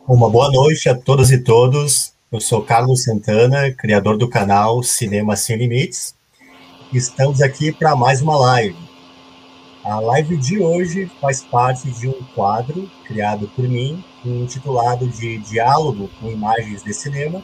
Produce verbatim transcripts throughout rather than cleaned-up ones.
Uma boa noite a todas e todos. Eu sou Carlos Santana, criador do canal Cinema Sem Limites. Estamos aqui para mais uma live. A live de hoje faz parte de um quadro criado por mim, intitulado de Diálogo com Imagens de Cinema,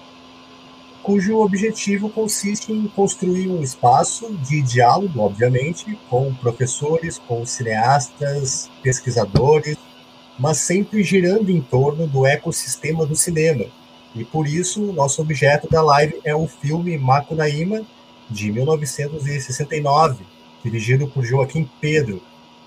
cujo objetivo consiste em construir um espaço de diálogo, obviamente, com professores, com cineastas, pesquisadores, mas sempre girando em torno do ecossistema do cinema. E por isso, o nosso objeto da live é o filme Macunaíma, de mil novecentos e sessenta e nove, dirigido por Joaquim Pedro.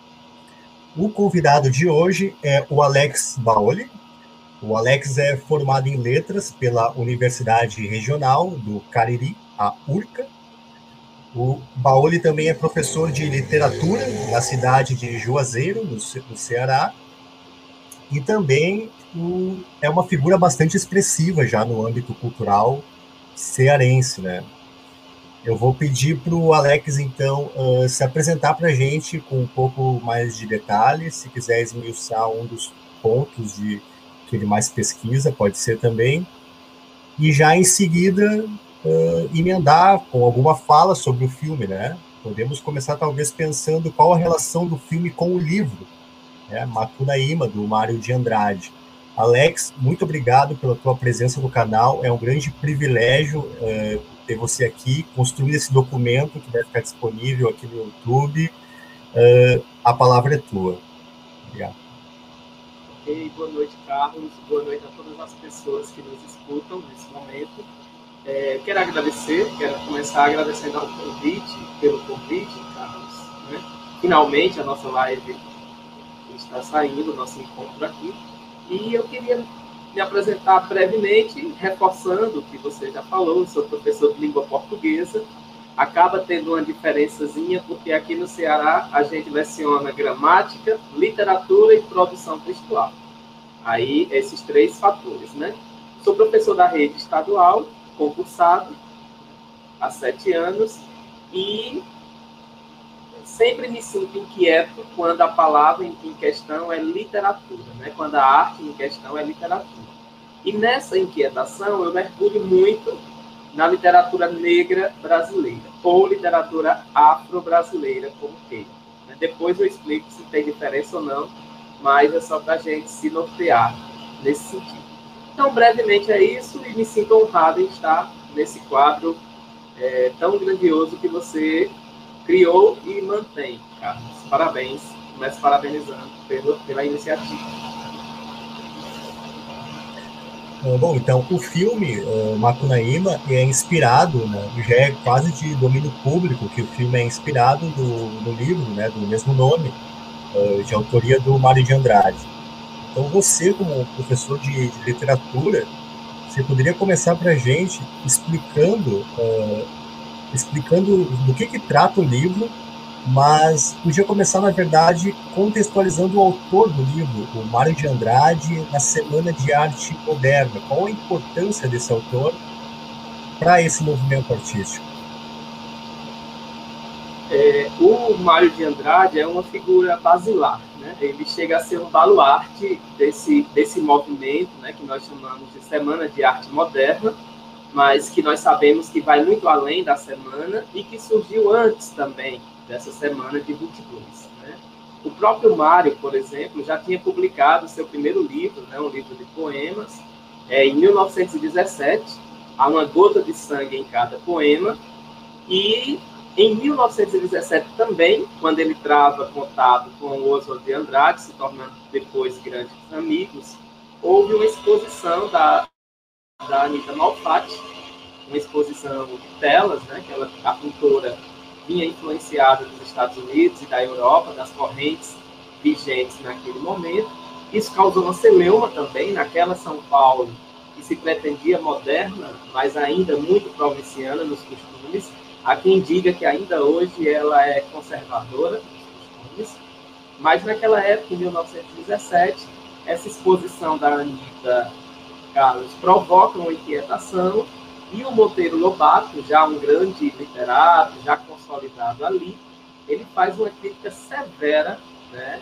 O convidado de hoje é o Alex Baoli. O Alex é formado em letras pela Universidade Regional do Cariri, a URCA. O Baoli também é professor de literatura na cidade de Juazeiro, no Ceará, e também um, é uma figura bastante expressiva já no âmbito cultural cearense, né? Eu vou pedir para o Alex, então, uh, se apresentar para a gente com um pouco mais de detalhes. Se quiser esmiuçar um dos pontos de, que ele mais pesquisa, pode ser também. E já em seguida, uh, emendar com alguma fala sobre o filme, né? Podemos começar, talvez, pensando qual a relação do filme com o livro, né? Macunaíma, do Mário de Andrade. Alex, muito obrigado pela tua presença no canal. É um grande privilégio uh, ter você aqui, construir esse documento que vai ficar disponível aqui no YouTube. Uh, a palavra é tua. Obrigado. Ok, boa noite, Carlos. Boa noite a todas as pessoas que nos escutam nesse momento. É, quero agradecer, quero começar agradecendo ao convite, pelo convite, Carlos. Né? Finalmente, a nossa live está saindo, o nosso encontro aqui. E eu queria me apresentar brevemente, reforçando o que você já falou. Sou professor de língua portuguesa. Acaba tendo uma diferençazinha, porque aqui no Ceará a gente leciona gramática, literatura e produção textual. Aí, esses três fatores, né? Sou professor da rede estadual, concursado, há sete anos, e sempre me sinto inquieto quando a palavra em questão é literatura, né? Quando a arte em questão é literatura. E nessa inquietação eu mergulho muito na literatura negra brasileira, ou literatura afro-brasileira, como queira. Depois eu explico se tem diferença ou não, mas é só para a gente se nortear nesse sentido. Então, brevemente é isso, e me sinto honrado em estar nesse quadro é, tão grandioso que você criou e mantém, Carlos. Parabéns. Começo parabenizando pela, pela iniciativa. Bom, então, o filme uh, Macunaíma é inspirado, né, já é quase de domínio público que o filme é inspirado no, no livro, né, do mesmo nome, uh, de autoria do Mário de Andrade. Então, você, como professor de, de literatura, você poderia começar para a gente explicando, uh, explicando do que, que trata o livro, mas podia começar, na verdade, contextualizando o autor do livro, o Mário de Andrade, na Semana de Arte Moderna. Qual a importância desse autor para esse movimento artístico? É, o Mário de Andrade é uma figura basilar, né? Ele chega a ser um baluarte desse, desse movimento, né, que nós chamamos de Semana de Arte Moderna, mas que nós sabemos que vai muito além da semana e que surgiu antes também dessa semana de vinte e dois. Né? O próprio Mário, por exemplo, já tinha publicado seu primeiro livro, né, um livro de poemas, é, em mil novecentos e dezessete, Há uma gota de sangue em cada poema, e em mil novecentos e dezessete também, quando ele trava contato com o Oswald de Andrade, se tornando depois grandes amigos, houve uma exposição da, da Anita Malfatti, uma exposição de telas, né, que ela, a pintora vinha influenciada dos Estados Unidos e da Europa, das correntes vigentes naquele momento. Isso causou uma celeuma também naquela São Paulo que se pretendia moderna, mas ainda muito provinciana nos costumes. Há quem diga que ainda hoje ela é conservadora nos costumes, mas naquela época, em mil novecentos e dezessete, essa exposição da Anita, Carlos, provoca uma inquietação, e o Monteiro Lobato, já um grande literato, já consolidado ali, ele faz uma crítica severa, né,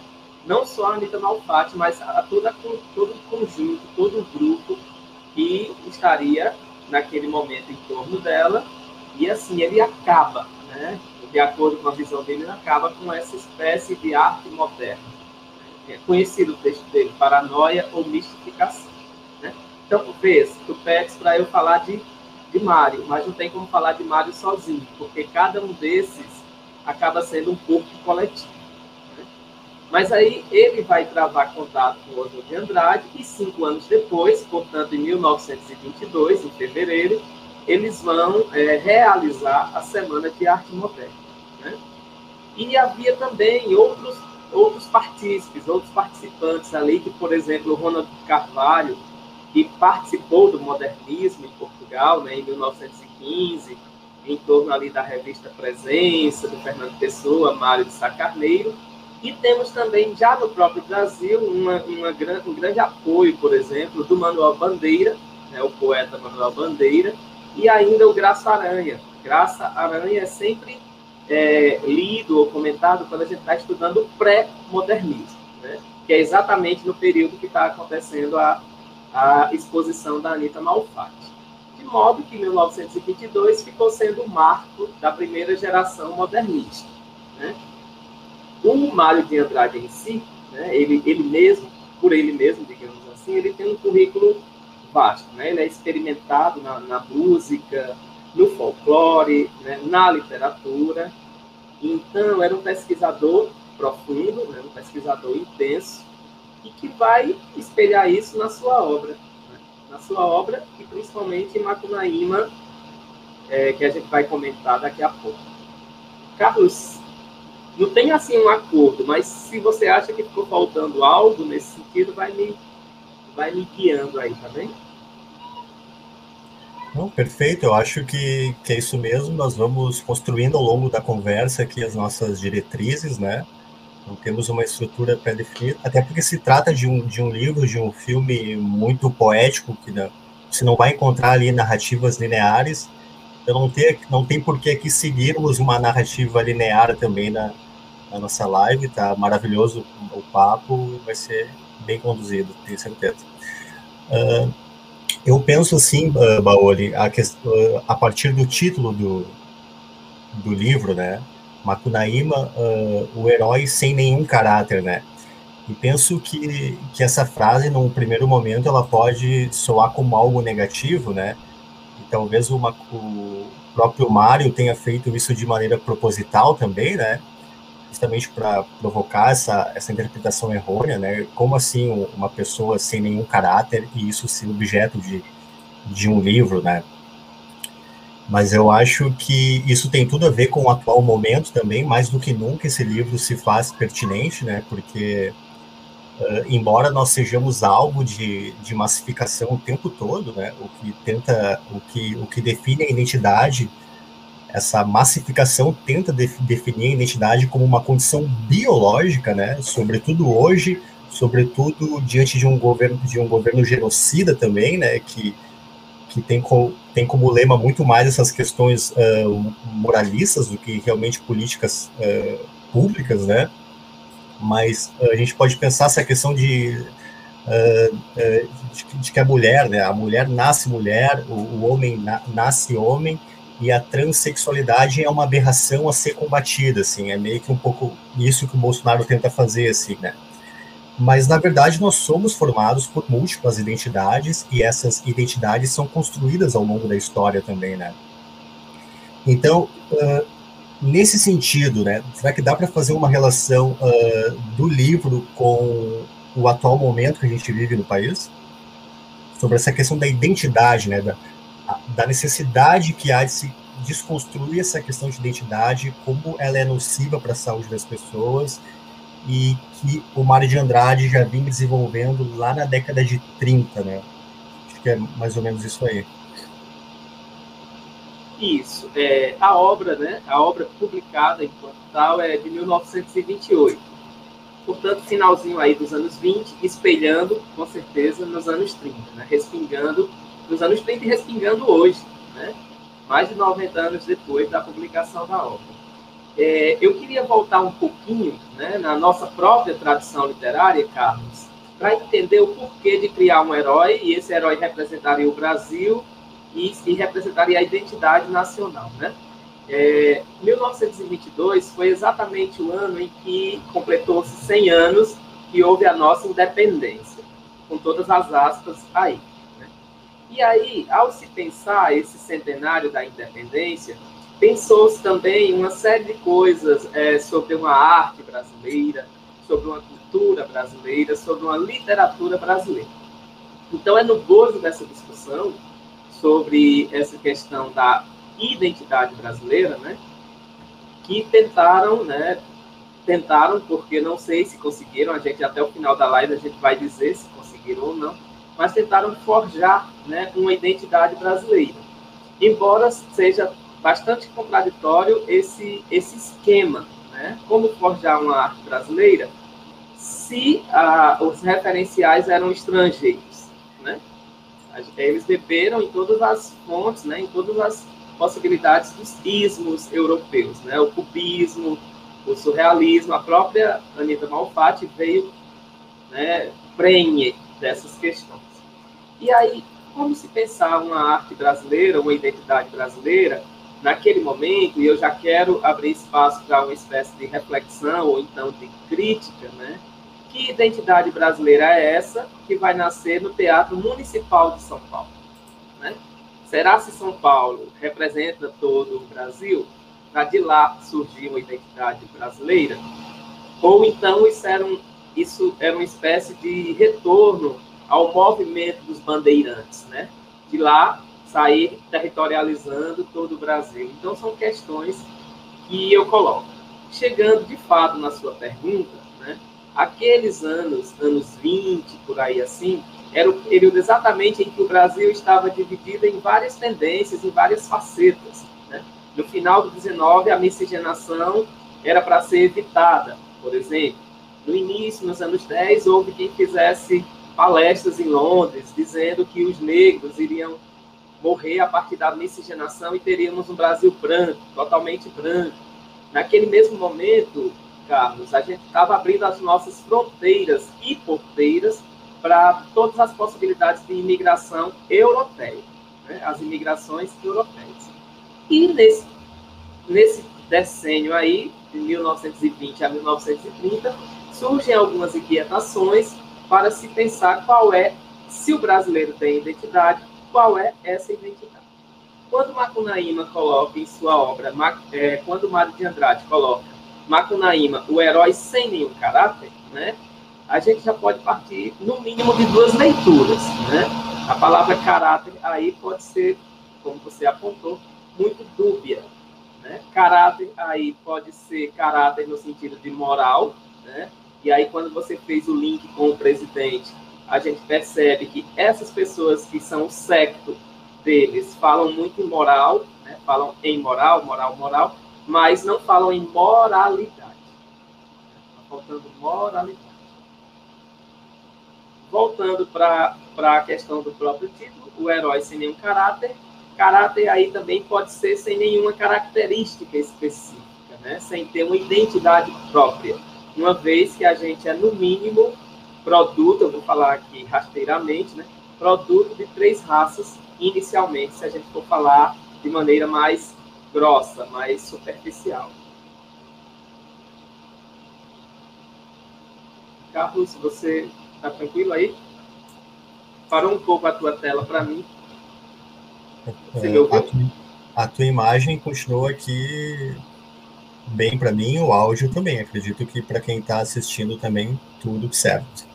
não só a Anita Malfatti, mas a toda, todo o conjunto, todo o grupo que estaria naquele momento em torno dela, e assim ele acaba, né, de acordo com a visão dele, ele acaba com essa espécie de arte moderna. É conhecido o texto dele, Paranoia ou Mistificação. Né? Então, vês, tu pedes para eu falar de, de Mário, mas não tem como falar de Mário sozinho, porque cada um desses acaba sendo um corpo coletivo. Né? Mas aí ele vai travar contato com o Oswald de Andrade, e cinco anos depois, portanto, em mil novecentos e vinte e dois, em fevereiro, eles vão é, realizar a Semana de Arte Moderna. Né? E havia também outros, outros partícipes, outros participantes ali, que, por exemplo, o Ronald Carvalho, que participou do modernismo em Portugal, né, em mil novecentos e quinze, em torno ali da revista Presença, do Fernando Pessoa, Mário de Sá Carneiro, e temos também, já no próprio Brasil, uma, uma, um grande apoio, por exemplo, do Manuel Bandeira, né, o poeta Manuel Bandeira, e ainda o Graça Aranha. Graça Aranha é sempre é, lido ou comentado quando a gente está estudando o pré-modernismo, né? Que é exatamente no período que está acontecendo a, a exposição da Anita Malfatti. De modo que mil novecentos e vinte e dois ficou sendo o marco da primeira geração modernista. Né? O Mário de Andrade em si, né, ele, ele mesmo, por ele mesmo, digamos assim, ele tem um currículo vasto, né? Ele é experimentado na, na música, no folclore, né? Na literatura. Então, era um pesquisador profundo, né? Um pesquisador intenso, e que vai espelhar isso na sua obra. Né? Na sua obra, e principalmente em Macunaíma, é, que a gente vai comentar daqui a pouco. Carlos, não tem assim um acordo, mas se você acha que ficou faltando algo nesse sentido, vai me, vai me guiando aí, tá bem? Não, perfeito, eu acho que, que é isso mesmo. Nós vamos construindo ao longo da conversa aqui as nossas diretrizes, né? Não temos uma estrutura pré-definida, até porque se trata de um, de um livro, de um filme muito poético, que não, você não vai encontrar ali narrativas lineares. Então não tem, não tem por que aqui seguirmos uma narrativa linear também na, na nossa live. Tá maravilhoso o papo, vai ser bem conduzido, tenho certeza. Uh, eu penso assim, uh, Baoli, a, uh, a partir do título do, do livro, né? Macunaíma, uh, o herói sem nenhum caráter, né? E penso que, que essa frase, num primeiro momento, ela pode soar como algo negativo, né? E talvez uma, o próprio Mário tenha feito isso de maneira proposital também, né? Justamente para provocar essa, essa interpretação errônea, né? Como assim uma pessoa sem nenhum caráter e isso ser objeto de, de um livro, né? Mas eu acho que isso tem tudo a ver com o atual momento também, mais do que nunca esse livro se faz pertinente, né? Porque, uh, embora nós sejamos alvo de, de massificação o tempo todo, né? O que tenta, o que, o que define a identidade, essa massificação tenta def, definir a identidade como uma condição biológica, né? Sobretudo hoje, sobretudo diante de um governo, de um governo genocida também, né? Que que tem, com, tem como lema muito mais essas questões uh, moralistas do que realmente políticas uh, públicas, né? Mas uh, a gente pode pensar essa questão de, uh, uh, de, de que a mulher, né? A mulher nasce mulher, o, o homem na, nasce homem, e a transexualidade é uma aberração a ser combatida, assim, é meio que um pouco isso que o Bolsonaro tenta fazer, assim, né? Mas, na verdade, nós somos formados por múltiplas identidades e essas identidades são construídas ao longo da história também, né? Então, uh, nesse sentido, né, será que dá para fazer uma relação uh, do livro com o atual momento que a gente vive no país? Sobre essa questão da identidade, né, da, da necessidade que há de se desconstruir essa questão de identidade, como ela é nociva para a saúde das pessoas, e que o Mário de Andrade já vinha desenvolvendo lá na década de trinta, né? Acho que é mais ou menos isso aí. Isso. É, a obra, né? A obra publicada enquanto tal é de mil novecentos e vinte e oito. Portanto, finalzinho aí dos anos vinte, espelhando, com certeza, nos anos trinta, né? Respingando nos anos trinta e respingando hoje, né? Mais de noventa anos depois da publicação da obra. É, eu queria voltar um pouquinho, né, na nossa própria tradição literária, Carlos, para entender o porquê de criar um herói, e esse herói representaria o Brasil e, e representaria a identidade nacional, né? É, mil novecentos e vinte e dois foi exatamente o ano em que completou-se cem anos que houve a nossa independência, com todas as aspas aí. Né? E aí, ao se pensar esse centenário da independência, pensou-se também uma série de coisas é, sobre uma arte brasileira, sobre uma cultura brasileira, sobre uma literatura brasileira. Então, é no gozo dessa discussão sobre essa questão da identidade brasileira, né, que tentaram, né, tentaram, porque não sei se conseguiram, a gente até o final da live a gente vai dizer se conseguiram ou não, mas tentaram forjar, né, uma identidade brasileira. Embora seja bastante contraditório esse, esse esquema, né, como forjar uma arte brasileira se ah, os referenciais eram estrangeiros, né? Eles beberam em todas as fontes, né, em todas as possibilidades dos ismos europeus, né? O cubismo, o surrealismo, a própria Anita Malfatti veio, né, prenhe dessas questões. E aí, como se pensar uma arte brasileira, uma identidade brasileira, naquele momento, e eu já quero abrir espaço para uma espécie de reflexão, ou então de crítica, né? Que identidade brasileira é essa que vai nascer no Teatro Municipal de São Paulo, né? Será se São Paulo representa todo o Brasil? Para de lá surgir uma identidade brasileira? Ou então isso era, um, isso era uma espécie de retorno ao movimento dos bandeirantes, né? De lá sair territorializando todo o Brasil. Então são questões que eu coloco. Chegando de fato na sua pergunta, né? Aqueles anos, anos vinte, por aí assim, era o período exatamente em que o Brasil estava dividido em várias tendências, em várias facetas. Né? No final do dezenove, a miscigenação era para ser evitada, por exemplo. No início, nos anos dez, houve quem fizesse palestras em Londres, dizendo que os negros iriam morrer a partir da miscigenação e teríamos um Brasil branco, totalmente branco. Naquele mesmo momento, Carlos, a gente estava abrindo as nossas fronteiras e porteiras para todas as possibilidades de imigração europeia, né? As imigrações europeias. E nesse, nesse decênio aí, de mil novecentos e vinte a mil novecentos e trinta, surgem algumas inquietações para se pensar qual é, se o brasileiro tem identidade, qual é essa identidade. Quando Macunaíma coloca em sua obra, é, quando Mário de Andrade coloca Macunaíma, o herói sem nenhum caráter, né? A gente já pode partir, no mínimo, de duas leituras, né? A palavra caráter aí pode ser, como você apontou, muito dúbia, né? Caráter aí pode ser caráter no sentido de moral, né? E aí, quando você fez o link com o presidente, a gente percebe que essas pessoas que são o secto deles falam muito em moral, né? Falam em moral, moral, moral, mas não falam em moralidade. Está faltando moralidade. Voltando para a questão do próprio título, o herói sem nenhum caráter. Caráter aí também pode ser sem nenhuma característica específica, né? Sem ter uma identidade própria. Uma vez que a gente é, no mínimo, produto, eu vou falar aqui rasteiramente, né? Produto de três raças, inicialmente, se a gente for falar de maneira mais grossa, mais superficial. Carlos, você está tranquilo aí? Parou um pouco a tua tela para mim. Você me ouviu? A tua, a tua imagem continuou aqui bem para mim, o áudio também. Acredito que para quem está assistindo também, tudo certo.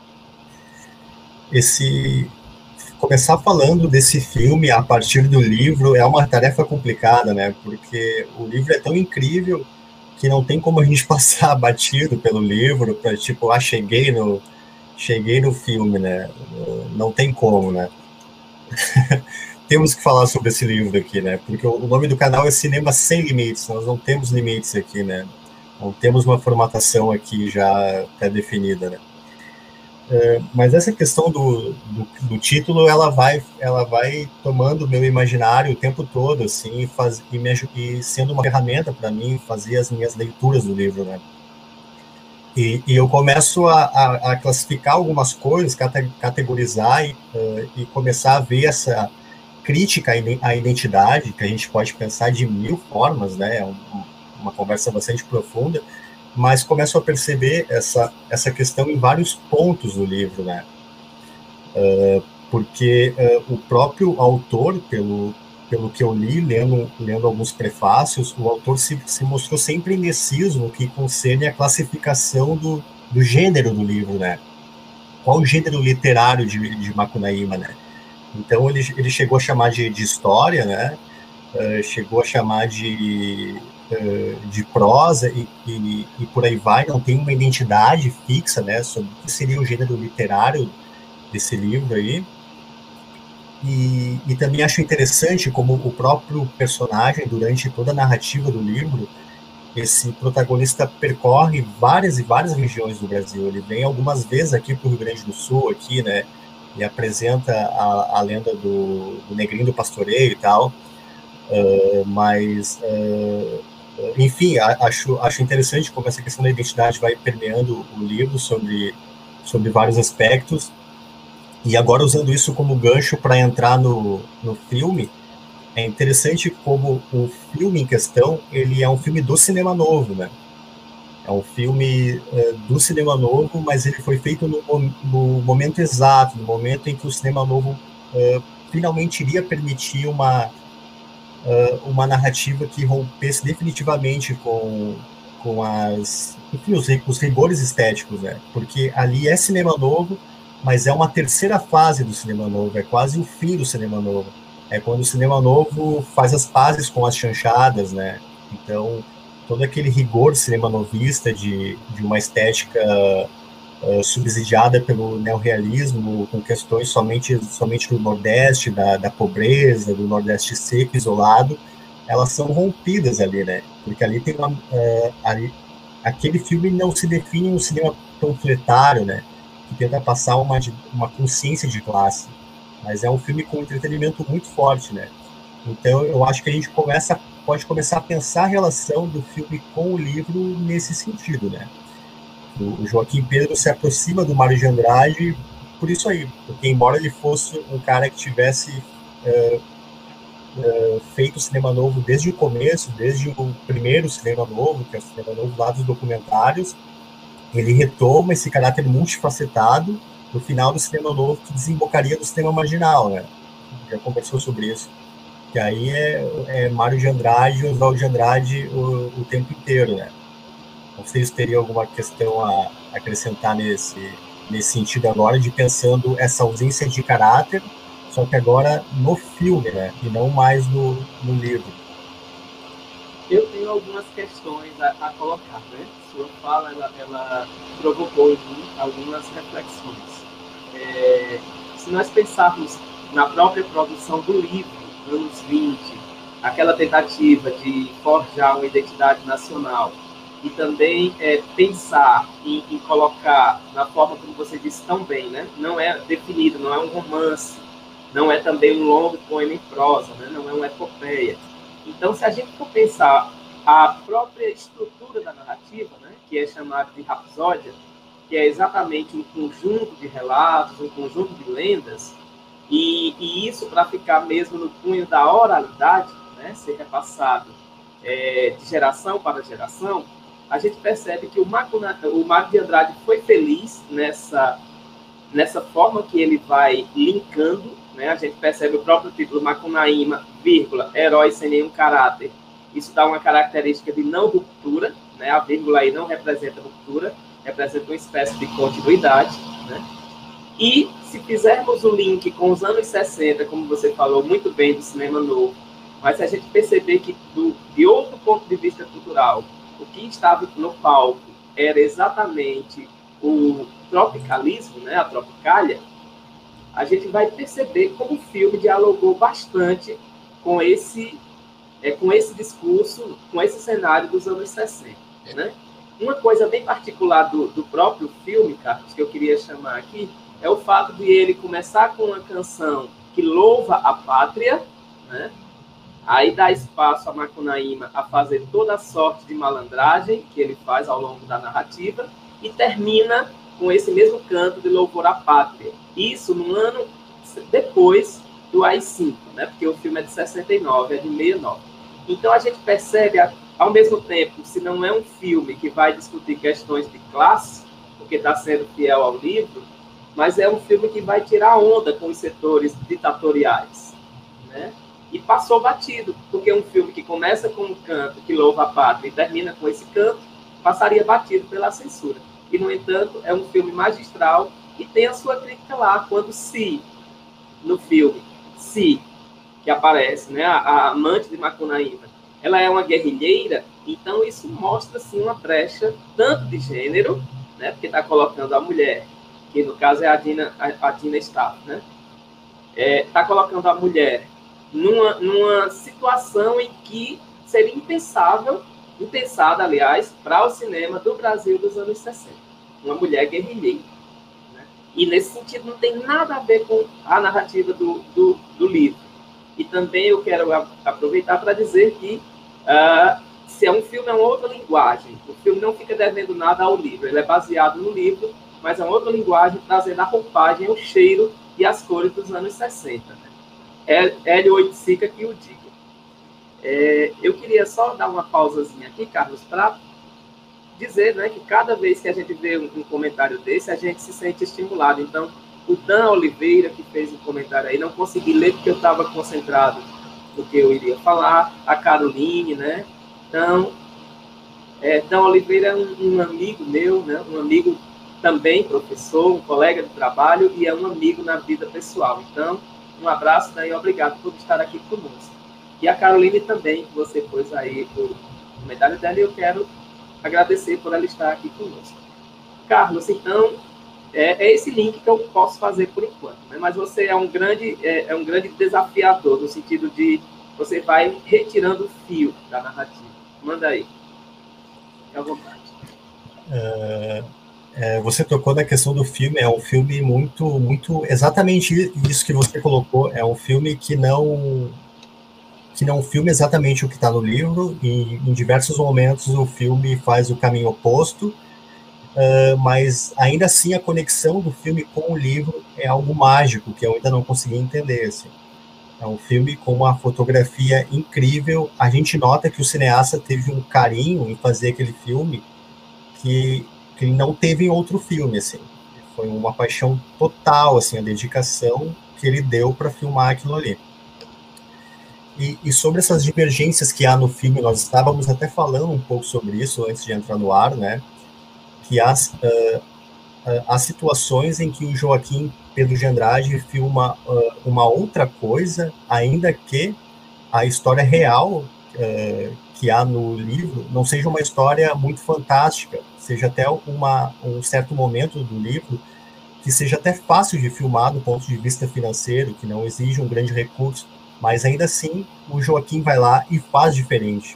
Esse... Começar falando desse filme a partir do livro é uma tarefa complicada, né? Porque o livro é tão incrível que não tem como a gente passar batido pelo livro para, tipo, ah, cheguei no, cheguei no filme, né? Não tem como, né? Temos que falar sobre esse livro aqui, né? Porque o nome do canal é Cinema Sem Limites, nós não temos limites aqui, né? Não temos uma formatação aqui já pré-definida, né? Mas essa questão do, do, do título, ela vai, ela vai tomando o meu imaginário o tempo todo, assim, e, faz, e, me, e sendo uma ferramenta para mim fazer as minhas leituras do livro, né? E, e eu começo a, a, a classificar algumas coisas, cate, categorizar e, uh, e começar a ver essa crítica à identidade, que a gente pode pensar de mil formas, né? É um, uma conversa bastante profunda, mas começo a perceber essa, essa questão em vários pontos do livro, né? Uh, porque uh, o próprio autor, pelo, pelo que eu li, lendo, lendo alguns prefácios, o autor se, se mostrou sempre indeciso no que concerne a classificação do, do gênero do livro, né? Qual o gênero literário de, de Macunaíma, né? Então, ele, ele chegou a chamar de, de história, né? Uh, chegou a chamar de, uh, de prosa e, e, e por aí vai, não tem uma identidade fixa, né, sobre o que seria o gênero literário desse livro aí. E, e também acho interessante como o próprio personagem, durante toda a narrativa do livro, esse protagonista percorre várias e várias regiões do Brasil. Ele vem algumas vezes aqui para o Rio Grande do Sul, aqui, né, e apresenta a, a lenda do, do Negrinho do Pastoreio e tal. Uh, mas, uh, enfim, acho, acho interessante como essa questão da identidade vai permeando o livro sobre, sobre vários aspectos. E agora, usando isso como gancho para entrar no, no filme, é interessante como o filme em questão, ele é um filme do cinema novo, né? É um filme uh, do cinema novo, mas ele foi feito no, no momento exato, no momento em que o cinema novo uh, finalmente iria permitir uma Uh, uma narrativa que rompesse definitivamente com, com as, enfim, os, os rigores estéticos, né? Porque ali é cinema novo, mas é uma terceira fase do cinema novo, é quase o fim do cinema novo. É quando o cinema novo faz as pazes com as chanchadas, né? Então, todo aquele rigor cinema novista de, de uma estética Uh, subsidiada pelo neorrealismo, com questões somente, somente do Nordeste, da, da pobreza, do Nordeste seco, isolado, elas são rompidas ali, né? Porque ali tem uma... Uh, ali, aquele filme não se define um cinema panfletário, né? Que tenta passar uma, uma consciência de classe, mas é um filme com entretenimento muito forte, né? Então, eu acho que a gente começa, pode começar a pensar a relação do filme com o livro nesse sentido, né? O Joaquim Pedro se aproxima do Mário de Andrade por isso aí, porque embora ele fosse um cara que tivesse uh, uh, feito cinema novo desde o começo, desde o primeiro cinema novo, que é o cinema novo lá dos documentários, ele retoma esse caráter multifacetado no final do cinema novo que desembocaria do cinema marginal, né? Já conversou sobre isso. Que aí é, é Mário de Andrade e Oswaldo de Andrade o, o tempo inteiro, né? Não sei se teria alguma questão a acrescentar nesse, nesse sentido agora, de pensando essa ausência de caráter, só que agora no filme, né? E não mais no, no livro. Eu tenho algumas questões a, a colocar, né? Sua fala, ela, ela provocou em mim algumas reflexões. É, se nós pensarmos na própria produção do livro, anos vinte, aquela tentativa de forjar uma identidade nacional, e também é, pensar em, em colocar, na forma como você disse tão bem, né? Não é definido, não é um romance, não é também um longo poema em prosa, né? Não é uma epopeia. Então, se a gente for pensar a própria estrutura da narrativa, né? Que é chamada de rapsódia, que é exatamente um conjunto de relatos, um conjunto de lendas, e, e isso para ficar mesmo no cunho da oralidade, né? Ser repassado é, de geração para geração, a gente percebe que o Mário de Andrade foi feliz nessa, nessa forma que ele vai linkando, né? A gente percebe o próprio título, Macunaíma, vírgula, herói sem nenhum caráter. Isso dá uma característica de não ruptura, né? A vírgula aí não representa ruptura, representa uma espécie de continuidade, né? E se fizermos o link com os anos sessenta, como você falou muito bem do cinema novo, mas se a gente perceber que, do, de outro ponto de vista cultural, o que estava no palco era exatamente o tropicalismo, né, a tropicália, a gente vai perceber como o filme dialogou bastante com esse, é, com esse discurso, com esse cenário dos anos sessenta. Né? Uma coisa bem particular do, do próprio filme, Carlos, que eu queria chamar aqui, é o fato de ele começar com uma canção que louva a pátria, né? Aí dá espaço a Macunaíma a fazer toda a sorte de malandragem que ele faz ao longo da narrativa e termina com esse mesmo canto de louvor à pátria. Isso no ano depois do A I cinco, né? Porque o filme é de sessenta e nove, é de sessenta e nove. Então a gente percebe, ao mesmo tempo, se não é um filme que vai discutir questões de classe, porque está sendo fiel ao livro, mas é um filme que vai tirar onda com os setores ditatoriais, né? E passou batido, porque um filme que começa com um canto que louva a pátria e termina com esse canto, passaria batido pela censura. E, no entanto, é um filme magistral e tem a sua crítica lá, quando Si, no filme, Si, que aparece, né, a, a amante de Macunaíma, ela é uma guerrilheira, então isso mostra, assim, uma brecha tanto de gênero, né, porque está colocando a mulher, que no caso é a Dina, a, a Dina Staff, né, está é, colocando a mulher numa, numa situação em que seria impensável, impensada, aliás, para o cinema do Brasil dos anos sessenta. Uma mulher guerrilheira. Né? E, nesse sentido, não tem nada a ver com a narrativa do, do, do livro. E também eu quero aproveitar para dizer que uh, se é um filme, é uma outra linguagem. O filme não fica devendo nada ao livro. Ele é baseado no livro, mas é uma outra linguagem, trazendo a roupagem, o cheiro e as cores dos anos sessenta. Né? É Hélio Oiticica que o diga. É, eu queria só dar uma pausazinha aqui, Carlos, para dizer, né, que cada vez que a gente vê um, um comentário desse, a gente se sente estimulado. Então, o Dan Oliveira, que fez um comentário aí, não consegui ler porque eu estava concentrado no que eu iria falar, a Caroline, né? Então, é, Dan Oliveira é um, um amigo meu, né? Um amigo também professor, um colega de trabalho e é um amigo na vida pessoal. Então, um abraço, Dan, e obrigado por estar aqui conosco. E a Caroline também, que você pôs aí o comentário dela, e eu quero agradecer por ela estar aqui conosco. Carlos, então, é, é esse link que eu posso fazer por enquanto, né? Mas você é um grande, é, é um grande desafiador, no sentido de você vai retirando o fio da narrativa. Manda aí. Fique à vontade. É, é, você tocou na questão do filme, é um filme muito, muito, exatamente isso que você colocou, é um filme que não... que não filma exatamente o que está no livro, e em diversos momentos o filme faz o caminho oposto, uh, mas ainda assim a conexão do filme com o livro é algo mágico, que eu ainda não consegui entender. Assim. É um filme com uma fotografia incrível, a gente nota que o cineasta teve um carinho em fazer aquele filme que, que ele não teve em outro filme, assim. Foi uma paixão total, assim, a dedicação que ele deu para filmar aquilo ali. E, e sobre essas divergências que há no filme, nós estávamos até falando um pouco sobre isso antes de entrar no ar, né? Que há, uh, uh, há situações em que o Joaquim Pedro de Andrade filma uh, uma outra coisa, ainda que a história real uh, que há no livro não seja uma história muito fantástica, seja até uma, um certo momento do livro que seja até fácil de filmar do ponto de vista financeiro, que não exige um grande recurso, mas ainda assim o Joaquim vai lá e faz diferente.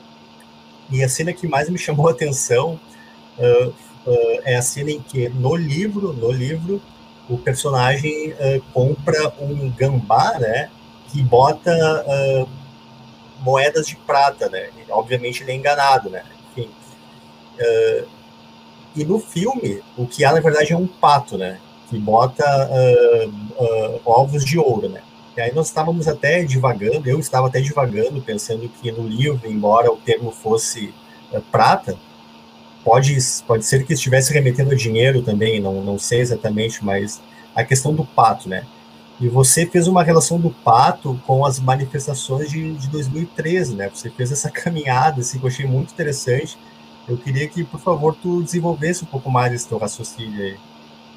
E a cena que mais me chamou a atenção uh, uh, é a cena em que no livro, no livro, o personagem uh, compra um gambá, né, que bota uh, moedas de prata, né? E, obviamente ele é enganado, né? Enfim. Uh, e no filme, o que há na verdade é um pato, né? Que bota uh, uh, ovos de ouro, né? E aí nós estávamos até divagando, eu estava até divagando, pensando que no livro, embora o termo fosse uh, prata, pode, pode ser que estivesse remetendo a dinheiro também, não, não sei exatamente, mas a questão do pato, né? E você fez uma relação do pato com as manifestações de, de dois mil e treze, né? Você fez essa caminhada, assim, que eu achei muito interessante. Eu queria que, por favor, tu desenvolvesse um pouco mais esse teu raciocínio aí.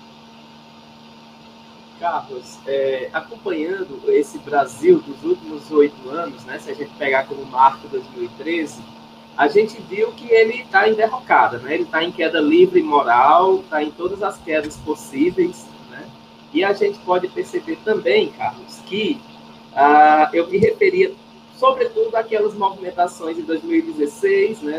Carlos, é, acompanhando esse Brasil dos últimos oito anos, né, se a gente pegar como marco dois mil e treze, a gente viu que ele está em derrocada, né? Ele está em queda livre e moral, está em todas as quedas possíveis, né? E a gente pode perceber também, Carlos, que ah, eu me referia sobretudo àquelas movimentações de dois mil e dezesseis, né,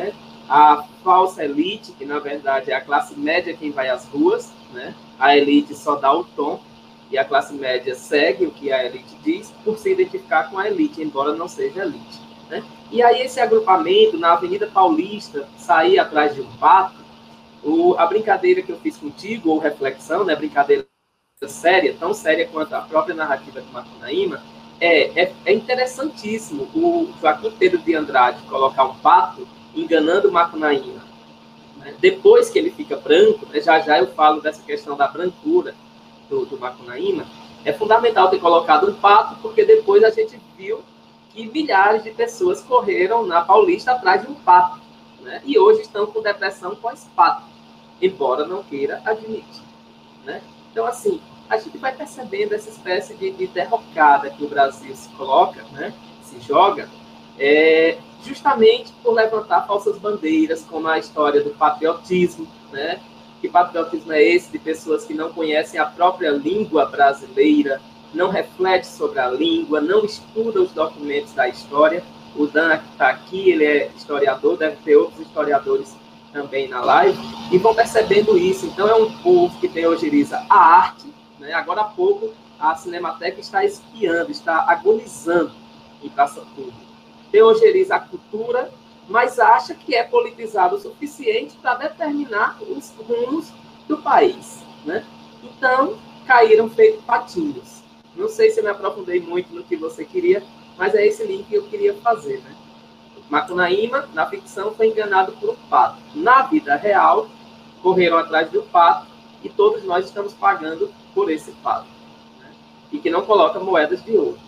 a falsa elite, que na verdade é a classe média quem vai às ruas, né? A elite só dá o tom, e a classe média segue o que a elite diz por se identificar com a elite, embora não seja elite, né? E aí esse agrupamento na Avenida Paulista, sair atrás de um pato, o, a brincadeira que eu fiz contigo, ou reflexão, né, brincadeira séria, tão séria quanto a própria narrativa de Macunaíma, é, é, é interessantíssimo o Joaquim Pedro de Andrade colocar um pato enganando Macunaíma, né? Depois que ele fica branco, né, já já eu falo dessa questão da brancura do, do Macunaíma, é fundamental ter colocado um pato, porque depois a gente viu que milhares de pessoas correram na Paulista atrás de um pato, né? E hoje estão com depressão pós-pato, embora não queira admitir, né? Então, assim, a gente vai percebendo essa espécie de, de derrocada que o Brasil se coloca, né? Se joga, é, justamente por levantar falsas bandeiras, como a história do patriotismo, né? Que patriotismo é esse de pessoas que não conhecem a própria língua brasileira, não reflete sobre a língua, não estuda os documentos da história. O Dan que está aqui, ele é historiador, deve ter outros historiadores também na live, e vão percebendo isso. Então, é um povo que teoriza a arte, né? Agora há pouco, a Cinemateca está espiando, está agonizando em praça pública. Teoriza a cultura, mas acha que é politizado o suficiente para determinar os rumos do país, né? Então, caíram feito patinhos. Não sei se eu me aprofundei muito no que você queria, mas é esse link que eu queria fazer, né? Macunaíma, na ficção, foi enganado por um pato. Na vida real, correram atrás do pato e todos nós estamos pagando por esse pato, né? E que não coloca moedas de ouro.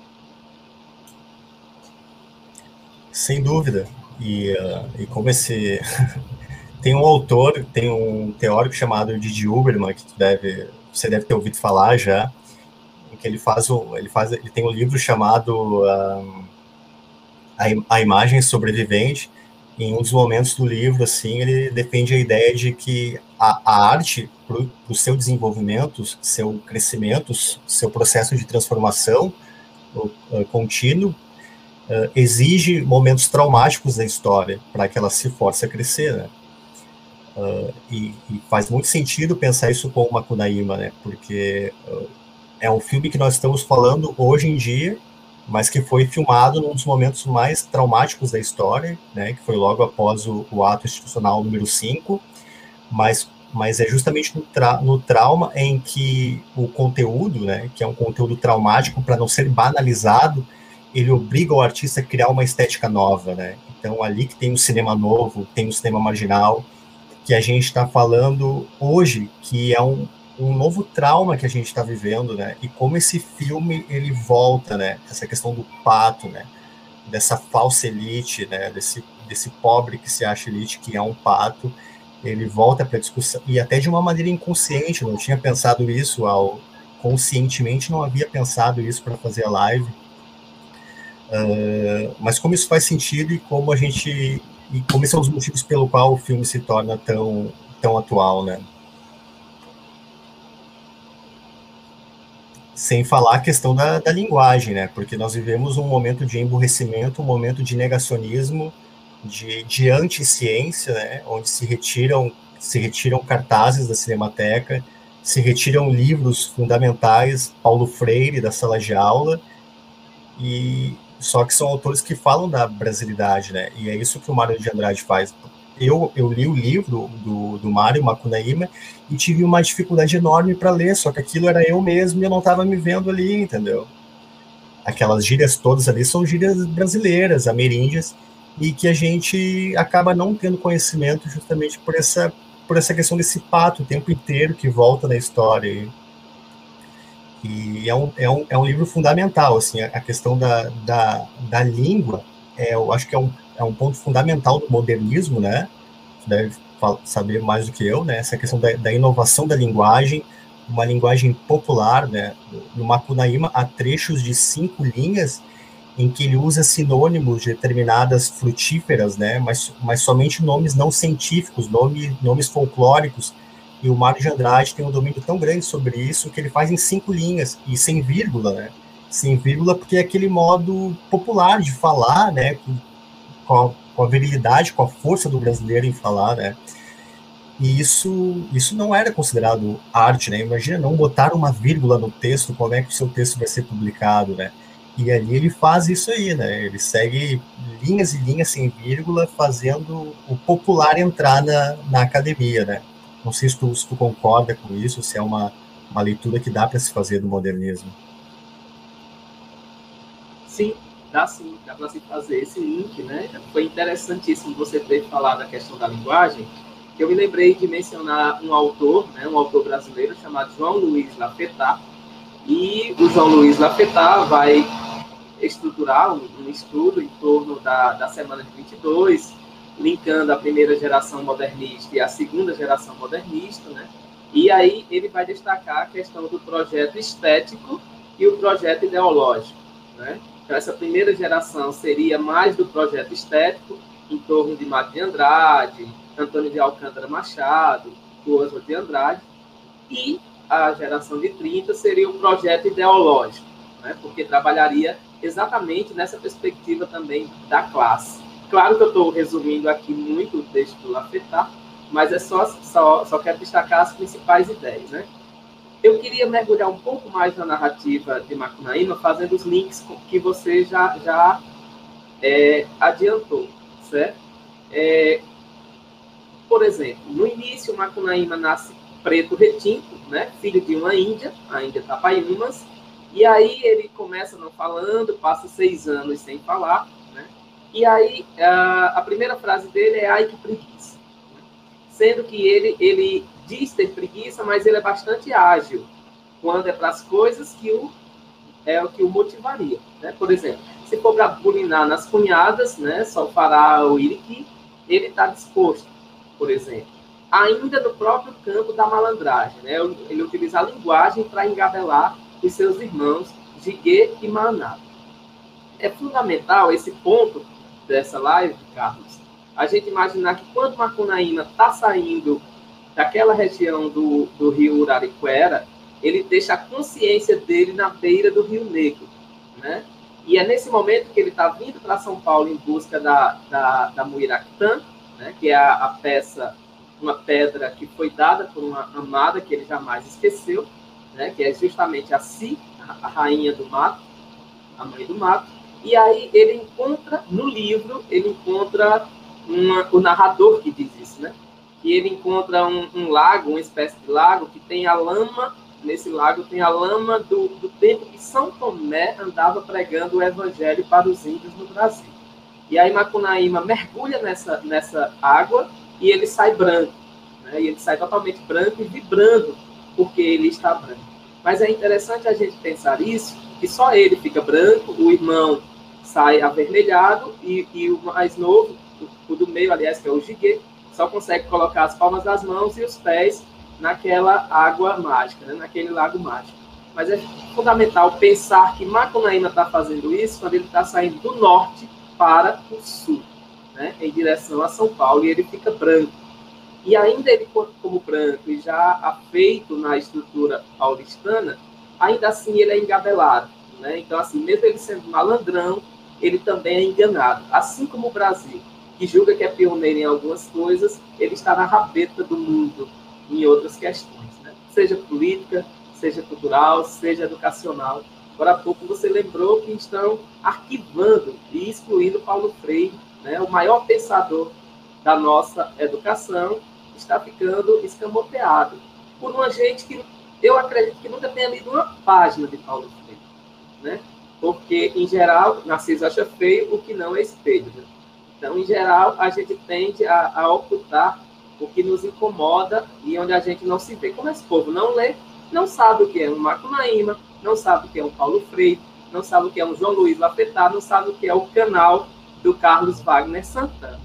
Sem dúvida. E, uh, e como esse... tem um autor, tem um teórico chamado Didi Huberman, que tu deve, você deve ter ouvido falar já, que ele faz, o, ele faz, ele tem um livro chamado uh, a, a Imagem Sobrevivente. Em um dos momentos do livro, assim, ele defende a ideia de que a, a arte, para o seu desenvolvimento, seu crescimento, seu processo de transformação uh, contínuo, Uh, exige momentos traumáticos da história para que ela se force a crescer, né? Uh, e, e faz muito sentido pensar isso com o Macunaíma, né? Porque uh, é um filme que nós estamos falando hoje em dia, mas que foi filmado num dos momentos mais traumáticos da história, né? Que foi logo após o, o ato institucional número cinco, mas, mas é justamente no, tra no trauma em que o conteúdo, né? Que é um conteúdo traumático, para não ser banalizado, ele obriga o artista a criar uma estética nova, né? Então, ali que tem um cinema novo, tem um cinema marginal, que a gente está falando hoje, que é um, um novo trauma que a gente está vivendo, né? E como esse filme, ele volta, né? Essa questão do pato, né? Dessa falsa elite, né? Desse, desse pobre que se acha elite, que é um pato, ele volta para a discussão, e até de uma maneira inconsciente, não tinha pensado isso, ao, conscientemente não havia pensado isso para fazer a live. Uh, mas como isso faz sentido e como a gente e como são os motivos pelo qual o filme se torna tão, tão atual, né? Sem falar a questão da, da linguagem, né? Porque nós vivemos um momento de emburrecimento, um momento de negacionismo, de, de anti-ciência, né? Onde se retiram, se retiram cartazes da Cinemateca, se retiram livros fundamentais, Paulo Freire, da sala de aula, e só que são autores que falam da brasilidade, né? E é isso que o Mário de Andrade faz. Eu, eu li o livro do, do Mário Macunaíma e tive uma dificuldade enorme para ler, só que aquilo era eu mesmo e eu não estava me vendo ali, entendeu? Aquelas gírias todas ali são gírias brasileiras, ameríndias, e que a gente acaba não tendo conhecimento justamente por essa, por essa questão desse pato o tempo inteiro que volta na história. E é um, é um, é um livro fundamental, assim, a questão da, da, da língua, é, eu acho que é um, é um ponto fundamental do modernismo, né? Você deve saber mais do que eu, né? Essa questão da, da inovação da linguagem, uma linguagem popular, né? No Macunaíma há trechos de cinco linhas em que ele usa sinônimos de determinadas frutíferas, né? Mas, mas somente nomes não científicos, nome, nomes folclóricos. E o Mário de Andrade tem um domínio tão grande sobre isso que ele faz em cinco linhas, e sem vírgula, né? Sem vírgula porque é aquele modo popular de falar, né? com a, com a virilidade, com a força do brasileiro em falar, né? E isso, isso não era considerado arte, né? Imagina não botar uma vírgula no texto, como é que o seu texto vai ser publicado, né? E ali ele faz isso aí, né? Ele segue linhas e linhas sem vírgula, fazendo o popular entrar na, na academia, né? Não sei se tu, se tu concorda com isso, se é uma, uma leitura que dá para se fazer do modernismo. Sim, dá sim, dá para se fazer esse link, né? Foi interessantíssimo você ter falado a questão da linguagem, que eu me lembrei de mencionar um autor, né, um autor brasileiro chamado João Luiz Lafetá, e o João Luiz Lafetá vai estruturar um, um estudo em torno da, da Semana de vinte e dois, linkando a primeira geração modernista e a segunda geração modernista, né? E aí ele vai destacar a questão do projeto estético e o projeto ideológico, né? Então, essa primeira geração seria mais do projeto estético, em torno de Mário de Andrade, Antônio de Alcântara Machado, do Oswald de Andrade, e a geração de trinta seria um projeto ideológico, né? Porque trabalharia exatamente nessa perspectiva também da classe. Claro que eu estou resumindo aqui muito o texto do Lafetá, mas é só, só, só quero destacar as principais ideias, né? Eu queria mergulhar um pouco mais na narrativa de Macunaíma, fazendo os links que você já, já é, adiantou, certo? É, por exemplo, no início, Macunaíma nasce preto retinto, né? Filho de uma índia, a Índia Tapaiumas, e aí ele começa não falando, passa seis anos sem falar, né? E aí a, a primeira frase dele é "ai que preguiça", né? Sendo que ele, ele diz ter preguiça, mas ele é bastante ágil quando é para as coisas que o, é o que o motivaria, né? Por exemplo, se for para bulinar nas cunhadas, né, só fará o iriqui, ele está disposto, por exemplo. Ainda no próprio campo da malandragem, né? Ele utiliza a linguagem para engabelar os seus irmãos Jiguê e Maná. É fundamental esse ponto dessa live, Carlos, a gente imaginar que quando Macunaíma está saindo daquela região do, do rio Urariquera, ele deixa a consciência dele na beira do Rio Negro, né? E é nesse momento que ele está vindo para São Paulo em busca da, da, da Muiractã, né? Que é a, a peça, uma pedra que foi dada por uma amada que ele jamais esqueceu, né? Que é justamente a Si, a rainha do mato, a mãe do mato. E aí ele encontra, no livro, ele encontra uma, o narrador que diz isso, né? Que ele encontra um, um lago, uma espécie de lago, que tem a lama, nesse lago tem a lama do, do tempo que São Tomé andava pregando o evangelho para os índios no Brasil. E aí Macunaíma mergulha nessa, nessa água e ele sai branco, né? E ele sai totalmente branco e vibrando, porque ele está branco. Mas é interessante a gente pensar isso, que só ele fica branco, o irmão sai avermelhado e, e o mais novo, o, o do meio, aliás, que é o Jiguê, só consegue colocar as palmas das mãos e os pés naquela água mágica, né? Naquele lago mágico. Mas é fundamental pensar que Macunaíma está fazendo isso quando ele está saindo do norte para o sul, né? Em direção a São Paulo, e ele fica branco. E ainda ele, como branco e já afeito na estrutura paulistana, ainda assim ele é engabelado, né? Então, assim, mesmo ele sendo malandrão, ele também é enganado. Assim como o Brasil, que julga que é pioneiro em algumas coisas, ele está na rabeta do mundo em outras questões, né? Seja política, seja cultural, seja educacional. Agora há pouco você lembrou que estão arquivando e excluindo Paulo Freire, né? O maior pensador da nossa educação, está ficando escamoteado por uma gente que eu acredito que nunca tenha lido uma página de Paulo Freire, né? Porque, em geral, Narciso acha feio o que não é espelho, né? Então, em geral, a gente tende a, a ocultar o que nos incomoda e onde a gente não se vê. Como esse povo não lê, não sabe o que é um Macunaíma, não sabe o que é um Paulo Freire, não sabe o que é um João Luiz Lafetá, não sabe o que é o canal do Carlos Wagner Santana.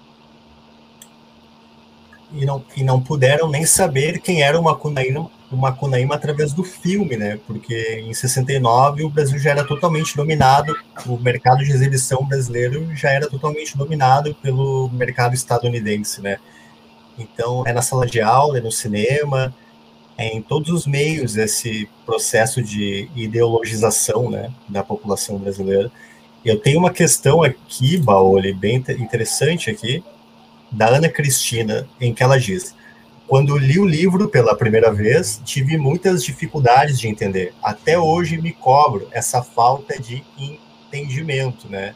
E não, e não puderam nem saber quem era o Macunaíma, o Macunaíma através do filme, né? Porque em sessenta e nove o Brasil já era totalmente dominado, o mercado de exibição brasileiro já era totalmente dominado pelo mercado estadunidense, né? Então, é na sala de aula, é no cinema, é em todos os meios esse processo de ideologização, né, da população brasileira. eu tenho uma questão aqui, Baoli, bem interessante aqui, da Ana Cristina, em que ela diz: quando li o livro pela primeira vez, tive muitas dificuldades de entender. Até hoje me cobro essa falta de entendimento, né?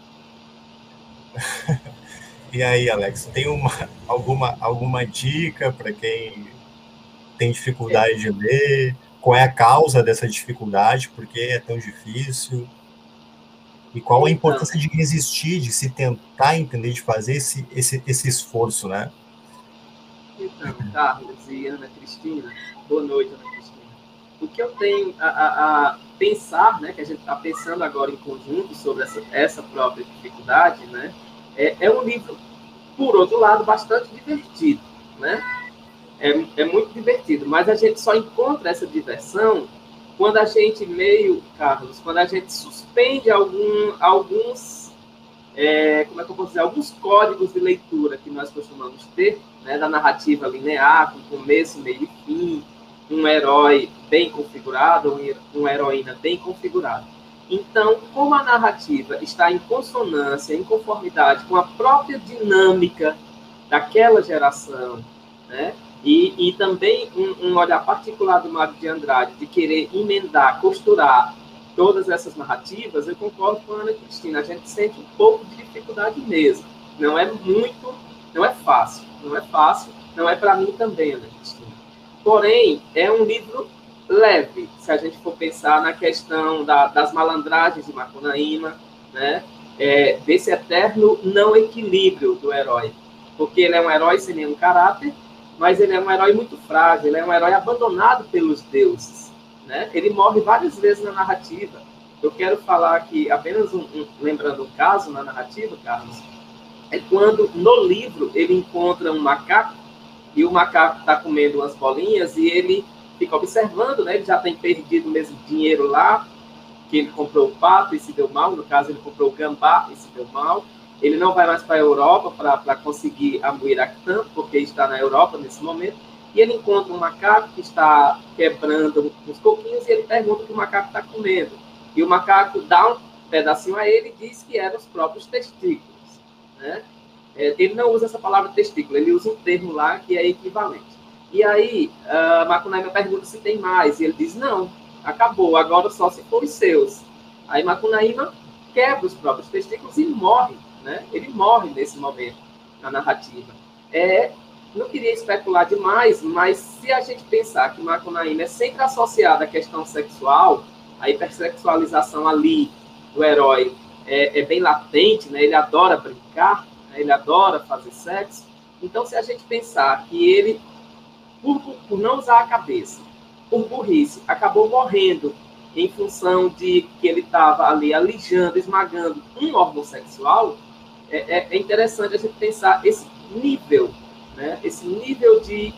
E aí, Alex, tem uma, alguma, alguma dica para quem tem dificuldade de ler? Qual é a causa dessa dificuldade? Por que é tão difícil? E qual a importância de resistir, de se tentar entender, de fazer esse, esse, esse esforço, né? Então, Carlos e Ana Cristina, boa noite, Ana Cristina. O que eu tenho a, a, a pensar, né, que a gente está pensando agora em conjunto sobre essa, essa própria dificuldade, né, é, é um livro, por outro lado, bastante divertido, né? É, é muito divertido, mas a gente só encontra essa diversão quando a gente meio, Carlos, quando a gente suspende algum, alguns, é, como é que eu posso dizer, alguns códigos de leitura que nós costumamos ter, né, da narrativa linear, com começo, meio e fim, um herói bem configurado, uma heroína bem configurada. Então, como a narrativa está em consonância, em conformidade com a própria dinâmica daquela geração, né, E, e também um, um olhar particular do Mário de Andrade, de querer emendar, costurar todas essas narrativas, eu concordo com a Ana Cristina. A gente sente um pouco de dificuldade mesmo. Não é muito, não é fácil. Não é fácil, não é para mim também, Ana Cristina. Porém, é um livro leve, se a gente for pensar na questão da, das malandragens de Macunaíma, né? É, desse eterno não equilíbrio do herói. Porque ele é um herói sem nenhum caráter, mas ele é um herói muito frágil, ele é um herói abandonado pelos deuses, né? Ele morre várias vezes na narrativa. Eu quero falar aqui, apenas um, um, lembrando um caso na narrativa, Carlos, é quando, no livro, ele encontra um macaco, e o macaco está comendo umas bolinhas, e ele fica observando, né? Ele já tem perdido mesmo dinheiro lá, que ele comprou o pato e se deu mal, no caso ele comprou o gambá e se deu mal. Ele não vai mais para a Europa para conseguir a Muiractã, porque está na Europa nesse momento. E ele encontra um macaco que está quebrando uns coquinhos e ele pergunta o que o macaco está comendo. E o macaco dá um pedacinho a ele e diz que eram os próprios testículos, né? Ele não usa essa palavra testículo, ele usa um termo lá que é equivalente. E aí, uh, Macunaíma pergunta se tem mais. E ele diz, não, acabou, agora só se for os seus. Aí Macunaíma quebra os próprios testículos e morre. Né? Ele morre nesse momento na narrativa. É, não queria especular demais, mas se a gente pensar que Macunaíma é sempre associada à questão sexual, a hipersexualização ali do herói é, é bem latente, né? Ele adora brincar, né? Ele adora fazer sexo. Então, se a gente pensar que ele, por, por não usar a cabeça, por burrice, acabou morrendo em função de que ele estava ali alijando, esmagando um órgão sexual, É, é interessante a gente pensar esse nível, né? Esse nível de,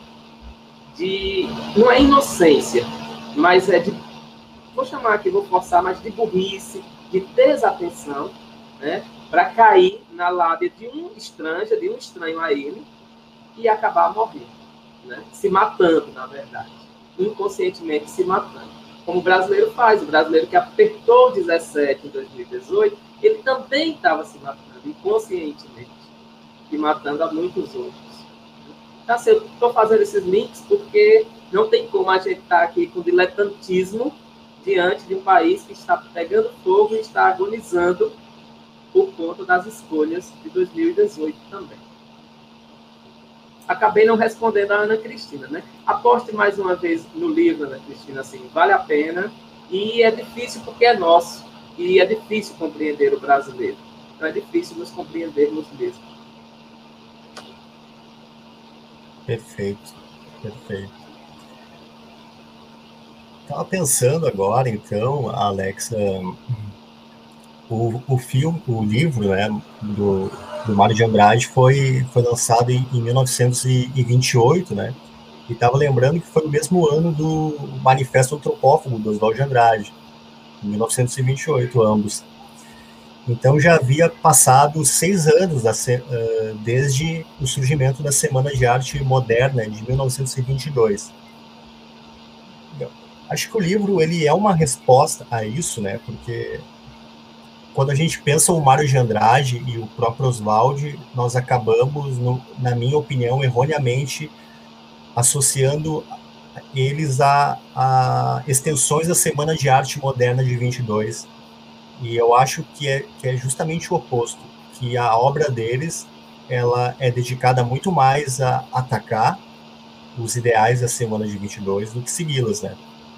de... Não é inocência, mas é de... Vou chamar aqui, vou forçar, mas de burrice, de desatenção, né? Para cair na lábia de um estranho, de um estranho a ele, e acabar morrendo, né? Se matando, na verdade. Inconscientemente se matando. Como o brasileiro faz. O brasileiro que apertou dezessete em dois mil e dezoito, ele também estava se matando inconscientemente e matando a muitos outros. Então, assim, eu estou fazendo esses links porque não tem como a gente estar aqui com diletantismo diante de um país que está pegando fogo e está agonizando por conta das escolhas de dois mil e dezoito também. Acabei não respondendo a Ana Cristina, né? Aposte mais uma vez no livro, Ana Cristina, assim, vale a pena, e é difícil porque é nosso, e é difícil compreender o brasileiro. Então é difícil nos compreendermos mesmo. Perfeito, perfeito. Estava pensando agora, então, Alexa, o, o filme, o livro, né, do, do Mário de Andrade foi, foi lançado em, em mil novecentos e vinte e oito, né? E estava lembrando que foi o mesmo ano do Manifesto Antropófago, do Oswald de Andrade, em mil novecentos e vinte e oito, ambos. Então já havia passado seis anos da, uh, desde o surgimento da Semana de Arte Moderna de mil novecentos e vinte e dois. Acho que o livro ele é uma resposta a isso, né? Porque quando a gente pensa o Mário de Andrade e o próprio Oswald, nós acabamos, no, na minha opinião, erroneamente associando eles a, a extensões da Semana de Arte Moderna de vinte e dois. E eu acho que é, que é justamente o oposto, que a obra deles ela é dedicada muito mais a atacar os ideais da Semana de vinte e dois do que segui-las, né?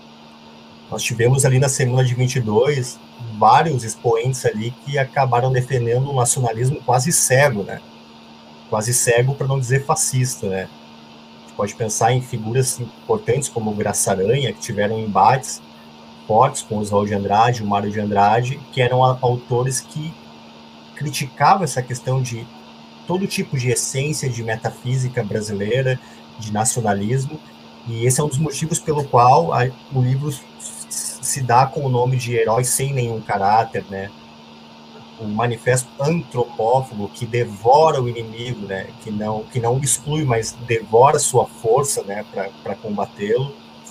Nós tivemos ali na Semana de vinte e dois vários expoentes ali que acabaram defendendo um nacionalismo quase cego, né? Quase cego, para não dizer fascista, né? A gente pode pensar em figuras importantes como o Graça Aranha, que tiveram embates fortes com o Oswald de Andrade, o Mário de Andrade, que eram autores que criticavam essa questão de todo tipo de essência de metafísica brasileira, de nacionalismo, e esse é um dos motivos pelo qual a, o livro se dá com o nome de Heróis Sem Nenhum Caráter, né? Um manifesto antropófago que devora o inimigo, né? Que não, que não exclui, mas devora sua força, né? Para combatê-lo.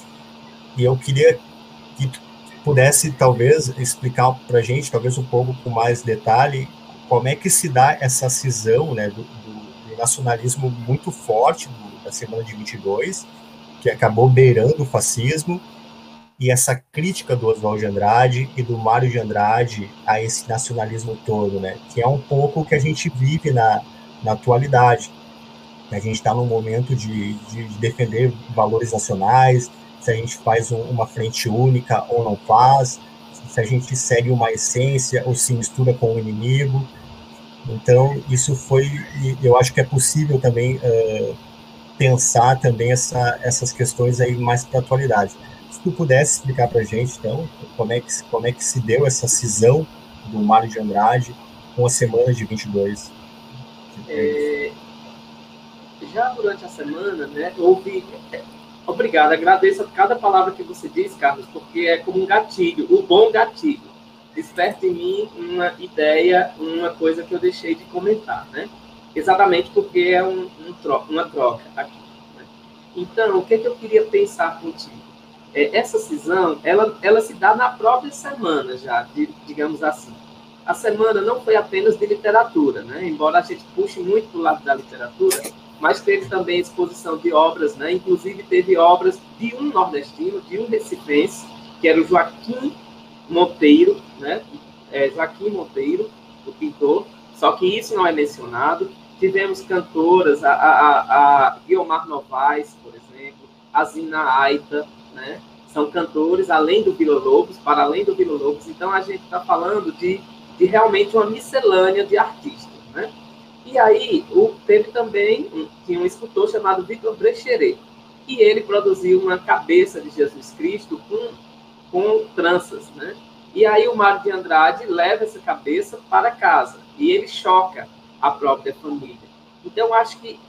E eu queria que tu pudesse, talvez, explicar para a gente, talvez um pouco com mais detalhe, como é que se dá essa cisão, né, do, do, do nacionalismo muito forte do, da Semana de vinte e dois, que acabou beirando o fascismo, e essa crítica do Oswald de Andrade e do Mário de Andrade a esse nacionalismo todo, né, que é um pouco o que a gente vive na, na atualidade. A gente está num momento de, de, de defender valores nacionais, se a gente faz um, uma frente única ou não faz, se a gente segue uma essência ou se mistura com o inimigo. Então, isso foi, eu acho que é possível também uh, pensar também essa, essas questões aí mais para a atualidade. Se tu pudesse explicar para a gente, então, como é, que, como é que se deu essa cisão do Mário de Andrade com a Semana de vinte e dois? É, já durante a semana, né, houve... Obrigado, agradeço a cada palavra que você diz, Carlos, porque é como um gatilho, o bom gatilho. Desperta em mim uma ideia, uma coisa que eu deixei de comentar, né? Exatamente porque é um, um tro uma troca aqui. Né? Então, o que, é que eu queria pensar contigo? É, essa cisão, ela, ela se dá na própria semana já, de, digamos assim. A semana não foi apenas de literatura, né? Embora a gente puxe muito para o lado da literatura, mas teve também exposição de obras, né? Inclusive teve obras de um nordestino, de um recifense, que era o Joaquim Monteiro, né? É, Joaquim Monteiro, o pintor, só que isso não é mencionado. Tivemos cantoras, a, a, a Guiomar Novaes, por exemplo, a Zina Aita, né? São cantores, além do Vila Lobos, para além do Vila Lobos. Então, a gente está falando de, de realmente uma miscelânea de artistas, né? E aí, o, teve também, um, tinha um escultor chamado Victor Brecheret, e ele produziu uma cabeça de Jesus Cristo com, com tranças, né? E aí o Mário de Andrade leva essa cabeça para casa, e ele choca a própria família. Então, eu acho que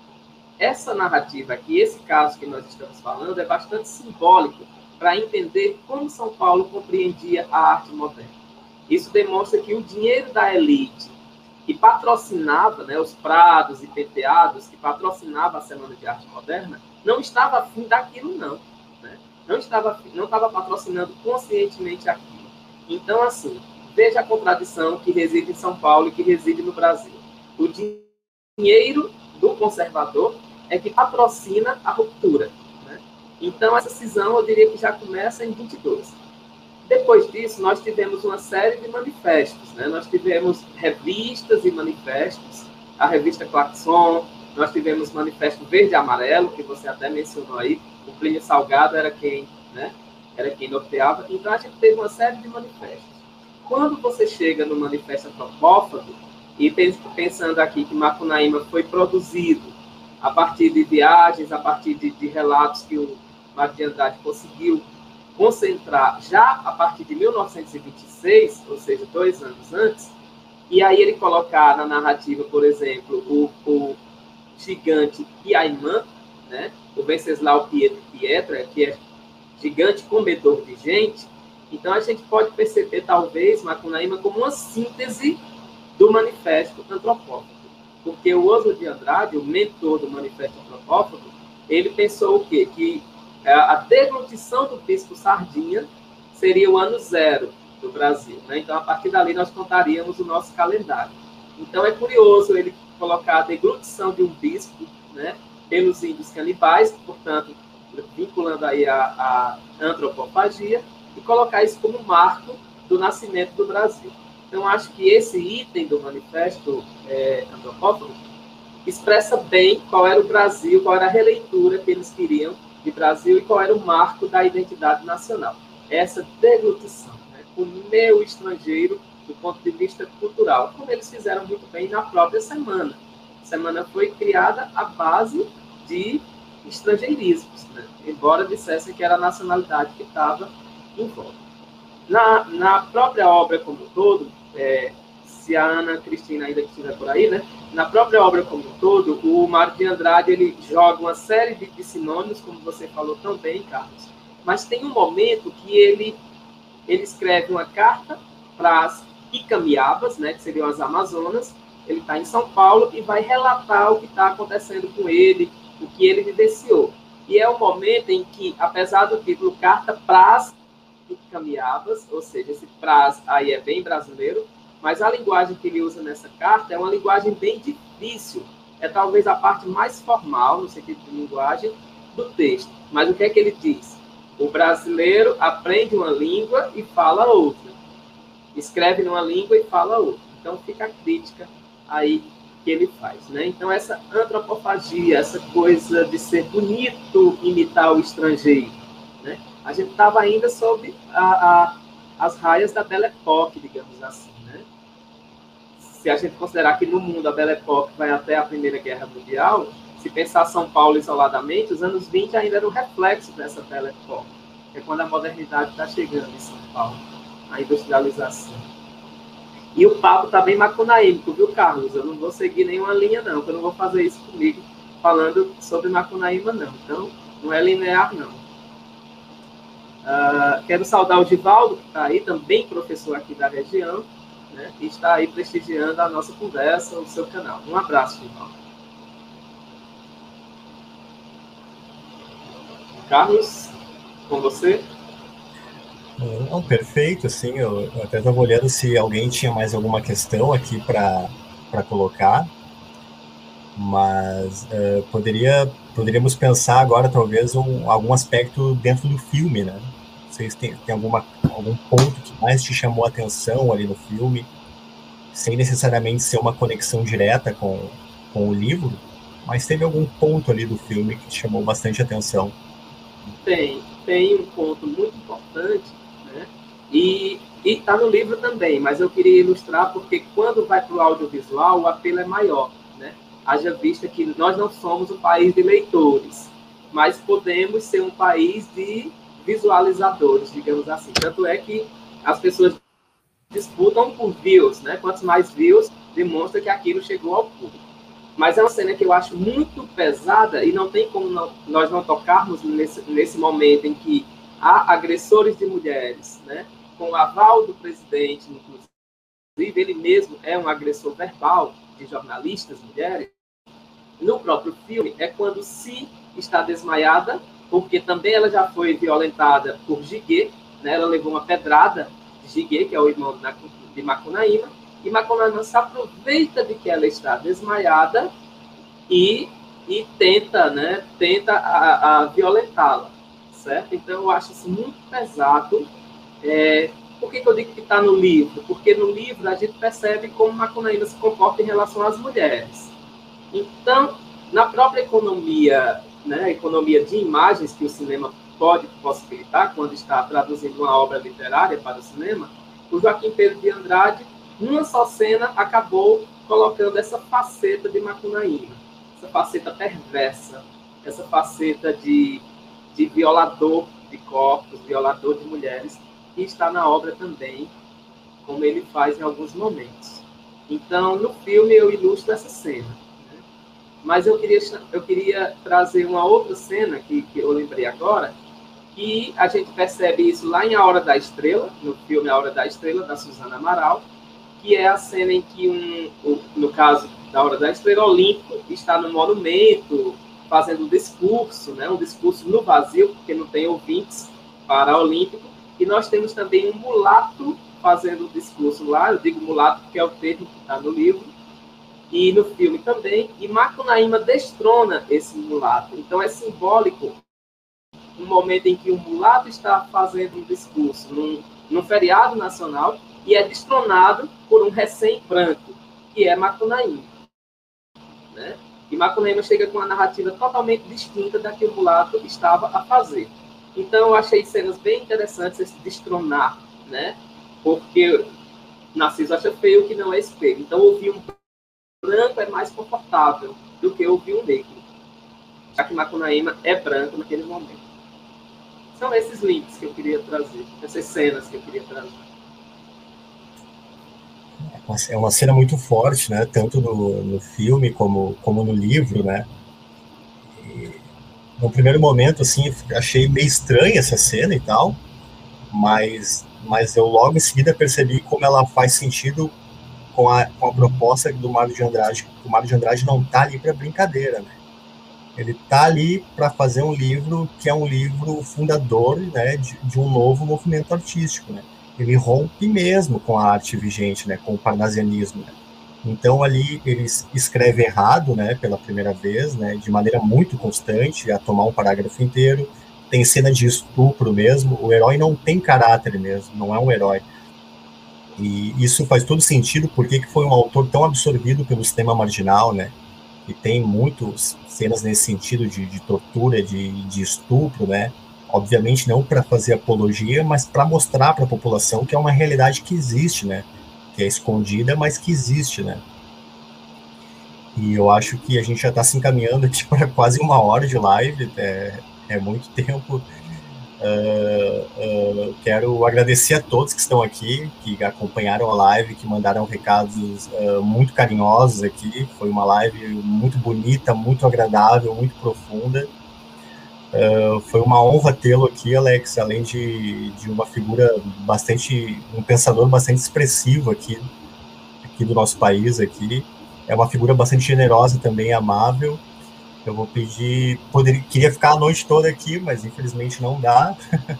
essa narrativa aqui, esse caso que nós estamos falando, é bastante simbólico para entender como São Paulo compreendia a arte moderna. Isso demonstra que o dinheiro da elite, que patrocinava, né, os prados e penteados, que patrocinava a Semana de Arte Moderna, não estava afim daquilo, não. Né? Não, estava, não estava patrocinando conscientemente aquilo. Então, assim, veja a contradição que reside em São Paulo e que reside no Brasil. O dinheiro do conservador é que patrocina a ruptura. Né? Então, essa cisão, eu diria que já começa em vinte e dois. Depois disso, nós tivemos uma série de manifestos. Né? Nós tivemos revistas e manifestos, a revista Claxon, nós tivemos manifesto Verde e Amarelo, que você até mencionou aí, o Plínio Salgado era quem, né? era quem norteava. Então, a gente teve uma série de manifestos. Quando você chega no Manifesto Antropófago, e pensando aqui que Macunaíma foi produzido a partir de viagens, a partir de, de relatos que o Mário de Andrade conseguiu concentrar já a partir de mil novecentos e vinte e seis, ou seja, dois anos antes, e aí ele colocar na narrativa, por exemplo, o, o gigante Piaimã, né? O Venceslau Pietra, que é gigante comedor de gente. Então, a gente pode perceber, talvez, Macunaíma como uma síntese do Manifesto Antropófago. Porque o Oswald de Andrade, o mentor do Manifesto Antropófago, ele pensou o quê? Que a deglutição do bispo Sardinha seria o ano zero do Brasil. Né? Então, a partir dali, nós contaríamos o nosso calendário. Então, é curioso ele colocar a deglutição de um bispo, né, pelos índios canibais, portanto, vinculando aí a, a antropofagia, e colocar isso como marco do nascimento do Brasil. Então, acho que esse item do manifesto é, antropófago expressa bem qual era o Brasil, qual era a releitura que eles queriam de Brasil e qual era o marco da identidade nacional. Essa deglutição, né, comer o estrangeiro do ponto de vista cultural, como eles fizeram muito bem na própria semana. A semana foi criada à base de estrangeirismos, né, embora dissessem que era a nacionalidade que estava em volta. Na, na própria obra como um todo, é, se a Ana Cristina ainda estiver por aí, né? Na própria obra como um todo, o Mário de Andrade ele joga uma série de, de sinônimos, como você falou tão bem, Carlos, mas tem um momento que ele, ele escreve uma carta para as Icamiabas, né, que seriam as Amazonas. Ele está em São Paulo e vai relatar o que está acontecendo com ele, o que ele vivenciou. E é o momento em que, apesar do título Carta pras Icamiabas, ou seja, esse pras aí é bem brasileiro, mas a linguagem que ele usa nessa carta é uma linguagem bem difícil. É talvez a parte mais formal, no sentido de linguagem, do texto. Mas o que é que ele diz? O brasileiro aprende uma língua e fala outra. Escreve numa língua e fala outra. Então, fica a crítica aí que ele faz. Né? Então, essa antropofagia, essa coisa de ser bonito imitar o estrangeiro, né? A gente estava ainda sob a, a, as raias da Belle Époque, digamos assim. Né? Se a gente considerar que no mundo a Belle Époque vai até a Primeira Guerra Mundial, se pensar São Paulo isoladamente, os anos vinte ainda eram reflexo dessa Belle Époque. É quando a modernidade está chegando em São Paulo, a industrialização. E o papo está bem macunaímico, viu, Carlos? Eu não vou seguir nenhuma linha, não, porque eu não vou fazer isso comigo, falando sobre Macunaíma, não. Então, não é linear, não. Uh, quero saudar o Givaldo, que está aí, também professor aqui da região, né, e está aí prestigiando a nossa conversa, o seu canal. Um abraço, Givaldo. Carlos, com você? Não, perfeito, assim, eu, eu até estava olhando se alguém tinha mais alguma questão aqui para colocar, mas uh, poderia, poderíamos pensar agora, talvez, um, algum aspecto dentro do filme, né? Vocês têm, têm alguma, algum ponto que mais te chamou a atenção ali no filme, sem necessariamente ser uma conexão direta com, com o livro, mas teve algum ponto ali do filme que te chamou bastante atenção? Tem, tem um ponto muito importante, né? E está no livro também, mas eu queria ilustrar porque quando vai para o audiovisual, o apelo é maior, né? Haja vista que nós não somos um país de leitores, mas podemos ser um país de visualizadores, digamos assim. Tanto é que as pessoas disputam por views, né? Quantos mais views, demonstra que aquilo chegou ao público. Mas é uma cena que eu acho muito pesada e não tem como não, nós não tocarmos nesse, nesse momento em que há agressores de mulheres, né? Com o aval do presidente, inclusive, ele mesmo é um agressor verbal de jornalistas, mulheres. No próprio filme, é quando Si está desmaiada, porque também ela já foi violentada por Jiguê, né? Ela levou uma pedrada de Jiguê, que é o irmão de Macunaíma, e Macunaíma se aproveita de que ela está desmaiada e, e tenta, né, tenta a, a violentá-la, certo? Então, eu acho isso muito pesado. É, por que, que eu digo que está no livro? Porque no livro a gente percebe como Macunaíma se comporta em relação às mulheres. Então, na própria economia, né, economia de imagens que o cinema pode possibilitar, quando está traduzindo uma obra literária para o cinema, o Joaquim Pedro de Andrade, numa só cena, acabou colocando essa faceta de Macunaíma, essa faceta perversa, essa faceta de, de violador de corpos, violador de mulheres, que está na obra também, como ele faz em alguns momentos. Então, no filme, eu ilustro essa cena. Né? Mas eu queria, eu queria trazer uma outra cena, que, que eu lembrei agora, que a gente percebe isso lá em A Hora da Estrela, no filme A Hora da Estrela, da Suzana Amaral, que é a cena em que, um, no caso da Hora da Estrela, Olímpico está no monumento, fazendo um discurso, né, um discurso no vazio, porque não tem ouvintes para Olímpico, e nós temos também um mulato fazendo o discurso lá, eu digo mulato porque é o termo que está no livro, e no filme também, e Macunaíma destrona esse mulato. Então é simbólico um momento em que o mulato está fazendo um discurso num, num feriado nacional e é destronado por um recém-branco, que é Macunaíma. Né? E Macunaíma chega com uma narrativa totalmente distinta da que o mulato estava a fazer. Então eu achei cenas bem interessantes esse destronar, né? Porque Narciso acha feio que não é espelho. Então ouvir um branco é mais confortável do que ouvir um negro, já que Macunaíma é branco naquele momento. São esses links que eu queria trazer, essas cenas que eu queria trazer. É uma cena muito forte, né? Tanto no, no filme como, como no livro, né? E, no primeiro momento, assim, achei meio estranha essa cena e tal, mas, mas eu logo em seguida percebi como ela faz sentido com a, com a proposta do Mário de Andrade. O Mário de Andrade não tá ali para brincadeira, né? Ele tá ali para fazer um livro que é um livro fundador, né, de, de um novo movimento artístico, né? Ele rompe mesmo com a arte vigente, né, com o parnasianismo, né? Então ali ele escreve errado, né, pela primeira vez, né, de maneira muito constante, a tomar um parágrafo inteiro. Tem cena de estupro mesmo. O herói não tem caráter mesmo, não é um herói. E isso faz todo sentido porque que foi um autor tão absorvido pelo cinema marginal, né? E tem muitas cenas nesse sentido de, de tortura, de, de estupro, né? Obviamente não para fazer apologia, mas para mostrar para a população que é uma realidade que existe, né? Que é escondida, mas que existe, né? E eu acho que a gente já está se encaminhando aqui para quase uma hora de live, é, é muito tempo. Uh, uh, quero agradecer a todos que estão aqui, que acompanharam a live, que mandaram recados uh, muito carinhosos aqui. Foi uma live muito bonita, muito agradável, muito profunda. Uh, foi uma honra tê-lo aqui, Alex, além de, de uma figura bastante, um pensador bastante expressivo aqui, aqui do nosso país. Aqui. É uma figura bastante generosa também, amável. Eu vou pedir, poderia, queria ficar a noite toda aqui, mas infelizmente não dá.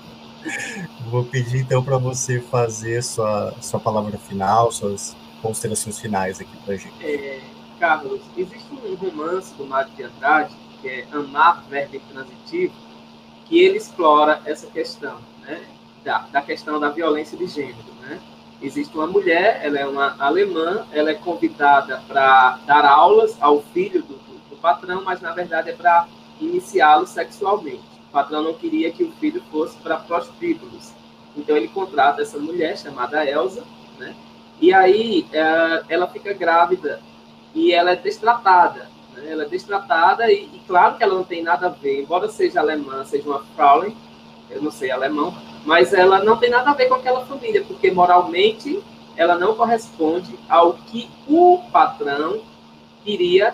Vou pedir então para você fazer sua, sua palavra final, suas considerações finais aqui para a gente. É, Carlos, existe um romance do Mário de Andrade, que é Amar, Verbo Intransitivo, que ele explora essa questão, né, da, da questão da violência de gênero. Né? Existe uma mulher, ela é uma alemã, ela é convidada para dar aulas ao filho do patrão, mas na verdade é para iniciá-lo sexualmente. O patrão não queria que o filho fosse para prostíbulos. Então ele contrata essa mulher chamada Elsa, né? E aí ela fica grávida e ela é destratada. Né? Ela é destratada e, e claro que ela não tem nada a ver, embora seja alemã, seja uma Fraulein, eu não sei alemão, mas ela não tem nada a ver com aquela família, porque moralmente ela não corresponde ao que o patrão queria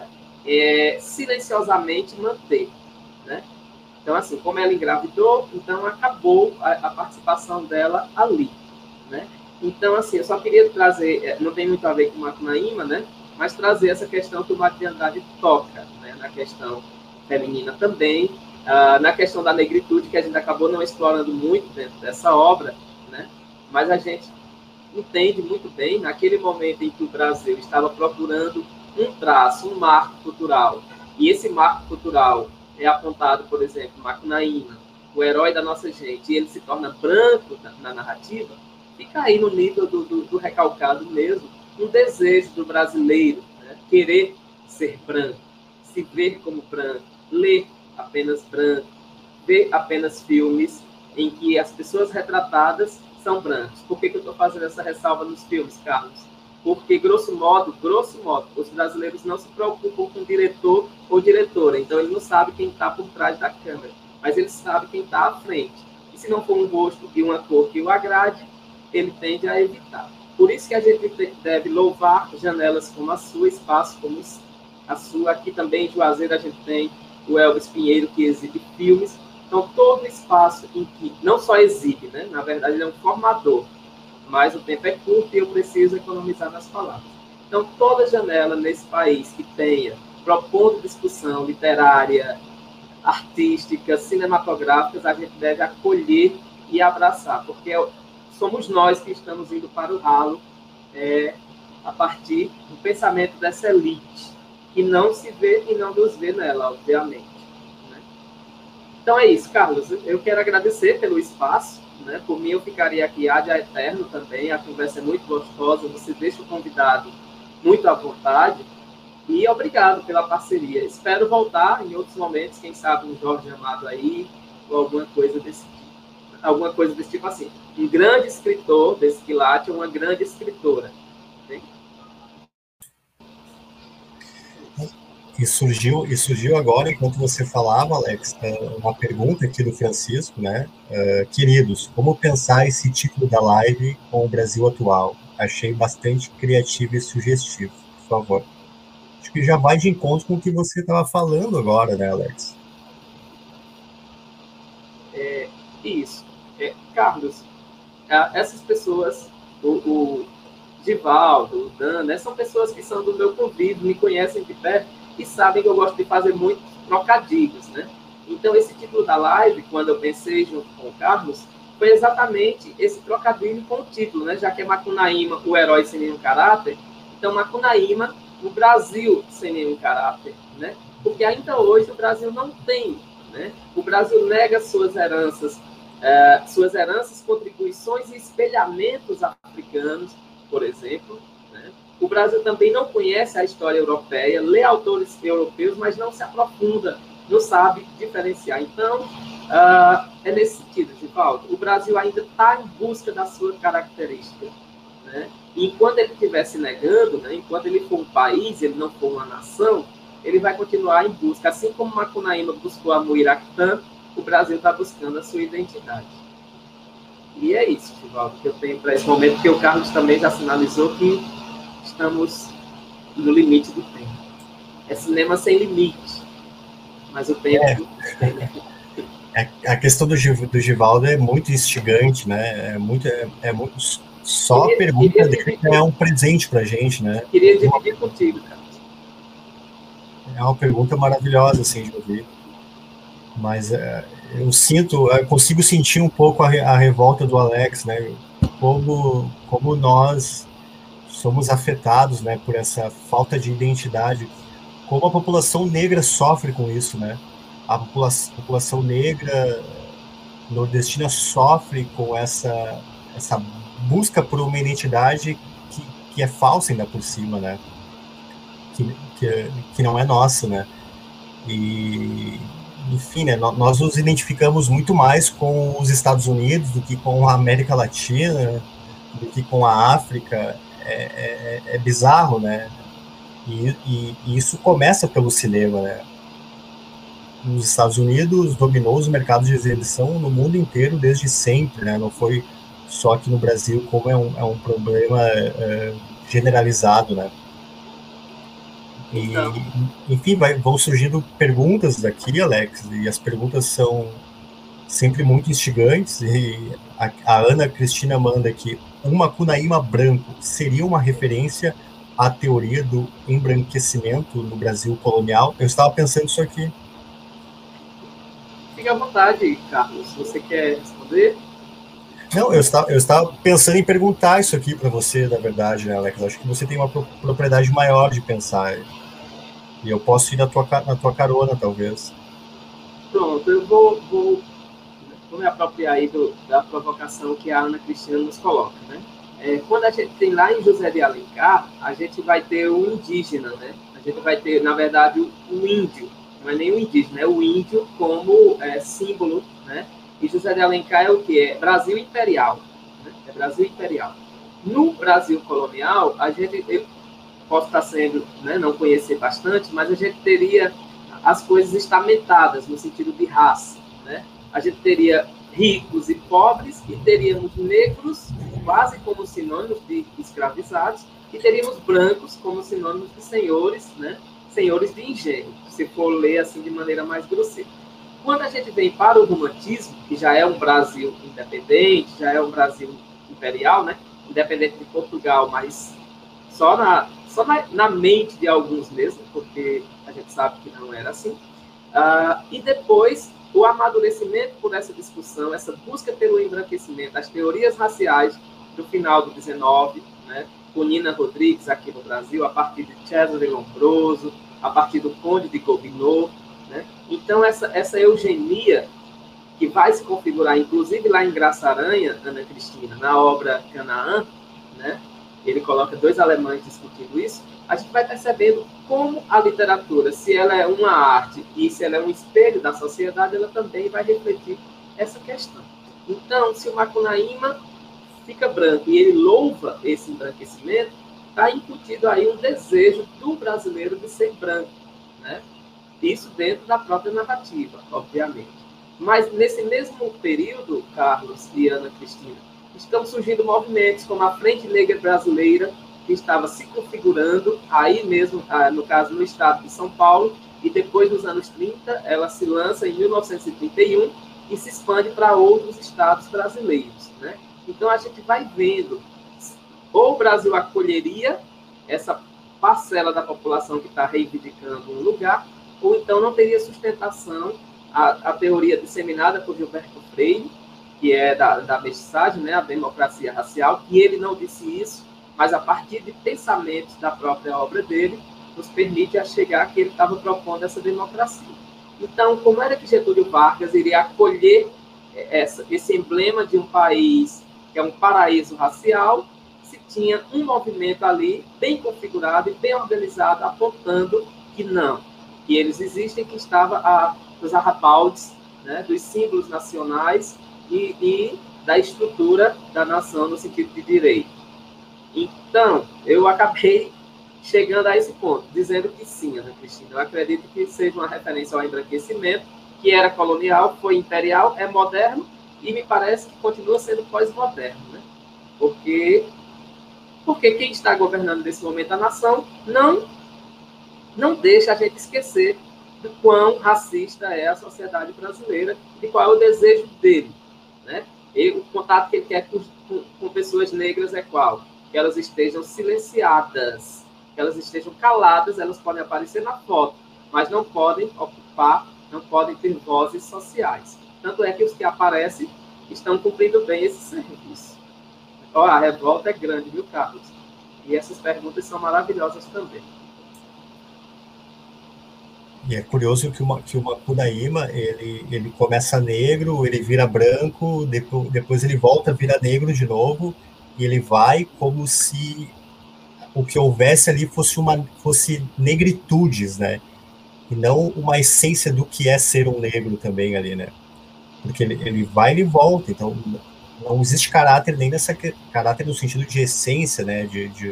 É, silenciosamente manter, né? Então, assim, como ela engravidou, então acabou a, a participação dela ali, né? Então, assim, eu só queria trazer, não tem muito a ver com Macunaíma, né? Mas trazer essa questão que o Mário de Andrade toca, né? Na questão feminina também, uh, na questão da negritude, que a gente acabou não explorando muito dentro dessa obra, né? Mas a gente entende muito bem, naquele momento em que o Brasil estava procurando um traço, um marco cultural, e esse marco cultural é apontado, por exemplo, Macunaíma, o herói da nossa gente, e ele se torna branco na, na narrativa, fica aí no nível do, do, do recalcado mesmo, um desejo do brasileiro, né? Querer ser branco, se ver como branco, ler apenas branco, ver apenas filmes em que as pessoas retratadas são brancos. Por que, que eu estou fazendo essa ressalva nos filmes, Carlos? Porque, grosso modo, grosso modo, os brasileiros não se preocupam com diretor ou diretora. Então, ele não sabe quem está por trás da câmera, mas ele sabe quem está à frente. E se não for um rosto e uma cor que o agrade, ele tende a evitar. Por isso que a gente deve louvar janelas como a sua, espaços como a sua. Aqui também, em Juazeiro, a gente tem o Elvis Pinheiro, que exibe filmes. Então, todo espaço em que não só exibe, né? Na verdade, ele é um formador, mas o tempo é curto e eu preciso economizar nas palavras. Então, toda janela nesse país que tenha propondo discussão literária, artística, cinematográficas, a gente deve acolher e abraçar, porque somos nós que estamos indo para o ralo é, a partir do pensamento dessa elite, que não se vê e não nos vê nela, obviamente. Né? Então é isso, Carlos. Eu quero agradecer pelo espaço. Né? Por mim, eu ficaria aqui ad eterno também. A conversa é muito gostosa. Você deixa o convidado muito à vontade. E obrigado pela parceria. Espero voltar em outros momentos, quem sabe um Jorge Amado aí, ou alguma coisa desse tipo. Alguma coisa desse tipo assim. Um grande escritor desse quilate, uma grande escritora. Né? E surgiu, e surgiu agora, enquanto você falava, Alex, uma pergunta aqui do Francisco, né? Uh, queridos, como pensar esse título da live com o Brasil atual? Achei bastante criativo e sugestivo, por favor. Acho que já vai de encontro com o que você estava falando agora, né, Alex? É, isso. É, Carlos, essas pessoas, o, o Givaldo, o Dan, né, são pessoas que são do meu convívio, me conhecem de perto, e sabem que eu gosto de fazer muitos trocadilhos, né? Então, esse título da live, quando eu pensei junto com o Carlos, foi exatamente esse trocadilho com o título, né? Já que é Macunaíma, o herói sem nenhum caráter, então Macunaíma, o Brasil sem nenhum caráter, né? Porque ainda hoje o Brasil não tem, né? O Brasil nega suas heranças, eh, suas heranças, contribuições e espelhamentos africanos, por exemplo, né? O Brasil também não conhece a história europeia, lê autores europeus, mas não se aprofunda, não sabe diferenciar. Então, uh, é nesse sentido, Givaldo. O Brasil ainda está em busca da sua característica. Né? E enquanto ele estiver se negando, né, enquanto ele for um país, ele não for uma nação, ele vai continuar em busca. Assim como Macunaíma buscou a Muiractã, o Brasil está buscando a sua identidade. E é isso, Givaldo, que eu tenho para esse momento, porque o Carlos também já sinalizou que estamos no limite do tempo. É cinema sem limite, mas o tempo... É. É, a questão do, do Givaldo é muito instigante, né? É muito, é, é muito só queria, a pergunta queria dele é um presente para a gente, né? Queria dividir contigo, cara. É uma pergunta maravilhosa, assim, de ouvir. Mas é, eu sinto, eu consigo sentir um pouco a, a revolta do Alex, né? Como, como nós somos afetados, né, por essa falta de identidade, como a população negra sofre com isso, né? A população, a população negra nordestina sofre com essa, essa busca por uma identidade que, que é falsa ainda por cima, né? Que, que, que não é nossa, né? E, enfim, né, nós nos identificamos muito mais com os Estados Unidos do que com a América Latina, do que com a África. É, é, é bizarro, né? E, e, e isso começa pelo cinema, né? Nos Estados Unidos dominou os mercados de exibição no mundo inteiro desde sempre, né? Não foi só aqui no Brasil, como é um, é um problema é, generalizado, né? E, então, enfim, vai, vão surgindo perguntas aqui, Alex, e as perguntas são sempre muito instigantes, e a, a Ana Cristina manda aqui, um Macunaíma branco seria uma referência à teoria do embranquecimento no Brasil colonial? Eu estava pensando isso aqui. Fique à vontade, Carlos, você quer responder? Não, eu estava, eu estava pensando em perguntar isso aqui para você, na verdade, né, Alex? Acho que você tem uma propriedade maior de pensar. E eu posso ir na tua, na tua carona, talvez. Pronto, eu vou, vou, vou me apropriar aí do, da provocação que a Ana Cristina nos coloca, né? É, quando a gente tem lá em José de Alencar, a gente vai ter o indígena, né? A gente vai ter, na verdade, o, o índio. Não é nem o indígena, é o índio como é, símbolo, né? E José de Alencar é o que? É Brasil imperial. Né? É Brasil imperial. No Brasil colonial, a gente... Eu, posso estar sendo, né, não conhecer bastante, mas a gente teria as coisas estamentadas no sentido de raça, né? A gente teria ricos e pobres e teríamos negros quase como sinônimos de escravizados e teríamos brancos como sinônimos de senhores, né? Senhores de engenho, se for ler assim de maneira mais grosseira. Quando a gente vem para o romantismo, que já é um Brasil independente, já é um Brasil imperial, né? Independente de Portugal, mas só na só na, na mente de alguns mesmo, porque a gente sabe que não era assim. Uh, e depois o amadurecimento por essa discussão, essa busca pelo embranquecimento, as teorias raciais do final do dezenove, né, com Nina Rodrigues aqui no Brasil, a partir de Cesare Lombroso, a partir do Conde de Gobineau, né? Então, essa, essa eugenia que vai se configurar, inclusive lá em Graça Aranha, Ana Cristina, na obra Canaã, né? Ele coloca dois alemães discutindo isso, a gente vai percebendo como a literatura, se ela é uma arte e se ela é um espelho da sociedade, ela também vai refletir essa questão. Então, se o Macunaíma fica branco e ele louva esse embranquecimento, está incutido aí um desejo do brasileiro de ser branco, né? Isso dentro da própria narrativa, obviamente. Mas nesse mesmo período, Carlos e Ana Cristina, estão surgindo movimentos como a Frente Negra Brasileira, que estava se configurando aí mesmo, no caso, no estado de São Paulo, e depois, nos anos trinta, ela se lança em mil novecentos e trinta e um e se expande para outros estados brasileiros, né? Então, a gente vai vendo, ou o Brasil acolheria essa parcela da população que está reivindicando um lugar, ou então não teria sustentação a, a teoria disseminada por Gilberto Freire, que é da, da mestiçagem, né, a democracia racial, e ele não disse isso, mas a partir de pensamentos da própria obra dele, nos permite a chegar que ele estava propondo essa democracia. Então, como era que Getúlio Vargas iria acolher essa, esse emblema de um país que é um paraíso racial, se tinha um movimento ali bem configurado e bem organizado, apontando que não, que eles existem, que estava a, os arrabaldes, né, dos símbolos nacionais e, e da estrutura da nação no sentido de direito. Então, eu acabei chegando a esse ponto, dizendo que sim, Ana Cristina. Eu acredito que seja uma referência ao embranquecimento, que era colonial, foi imperial, é moderno, e me parece que continua sendo pós-moderno, né? Porque, porque quem está governando nesse momento a nação não, não deixa a gente esquecer do quão racista é a sociedade brasileira e qual é o desejo dele, né? E o contato que ele quer com, com, com pessoas negras é qual? Que elas estejam silenciadas, que elas estejam caladas, elas podem aparecer na foto, mas não podem ocupar, não podem ter vozes sociais. Tanto é que os que aparecem estão cumprindo bem esse serviço. Ó, a revolta é grande, viu, Carlos? E essas perguntas são maravilhosas também. E é curioso que o, que o Macunaíma, ele, ele começa negro, ele vira branco, depois, depois ele volta a virar negro de novo, e ele vai como se o que houvesse ali fosse, uma, fosse negritudes, né? E não uma essência do que é ser um negro também ali, né? Porque ele, ele vai e ele volta, então não existe caráter nem nessa caráter no sentido de essência, né? De, de,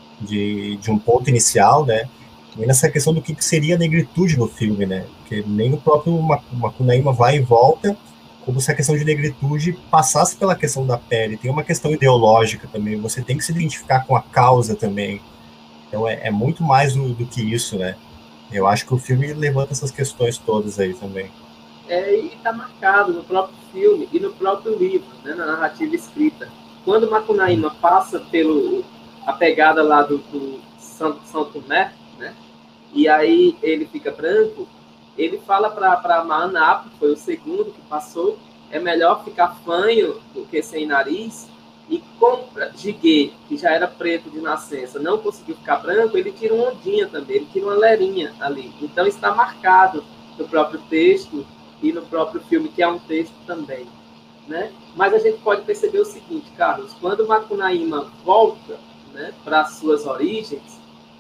de, de um ponto inicial, né? Nem nessa questão do que seria a negritude no filme, né? Porque nem o próprio Macunaíma vai e volta, como se a questão de negritude passasse pela questão da pele. Tem uma questão ideológica também, você tem que se identificar com a causa também. Então é, é muito mais do, do que isso, né? Eu acho que o filme levanta essas questões todas aí também. É, e está marcado no próprio filme e no próprio livro, né, na narrativa escrita. Quando Macunaíma passa pelo a pegada lá do, do São, São Tomé, né, e aí ele fica branco, ele fala para Maanapo, que foi o segundo que passou, é melhor ficar fanho do que sem nariz, e como Giguet, que já era preto de nascença, não conseguiu ficar branco, ele tira uma ondinha também, ele tira uma lerinha ali. Então está marcado no próprio texto e no próprio filme, que é um texto também, né? Mas a gente pode perceber o seguinte, Carlos, quando Macunaíma volta, né, para as suas origens,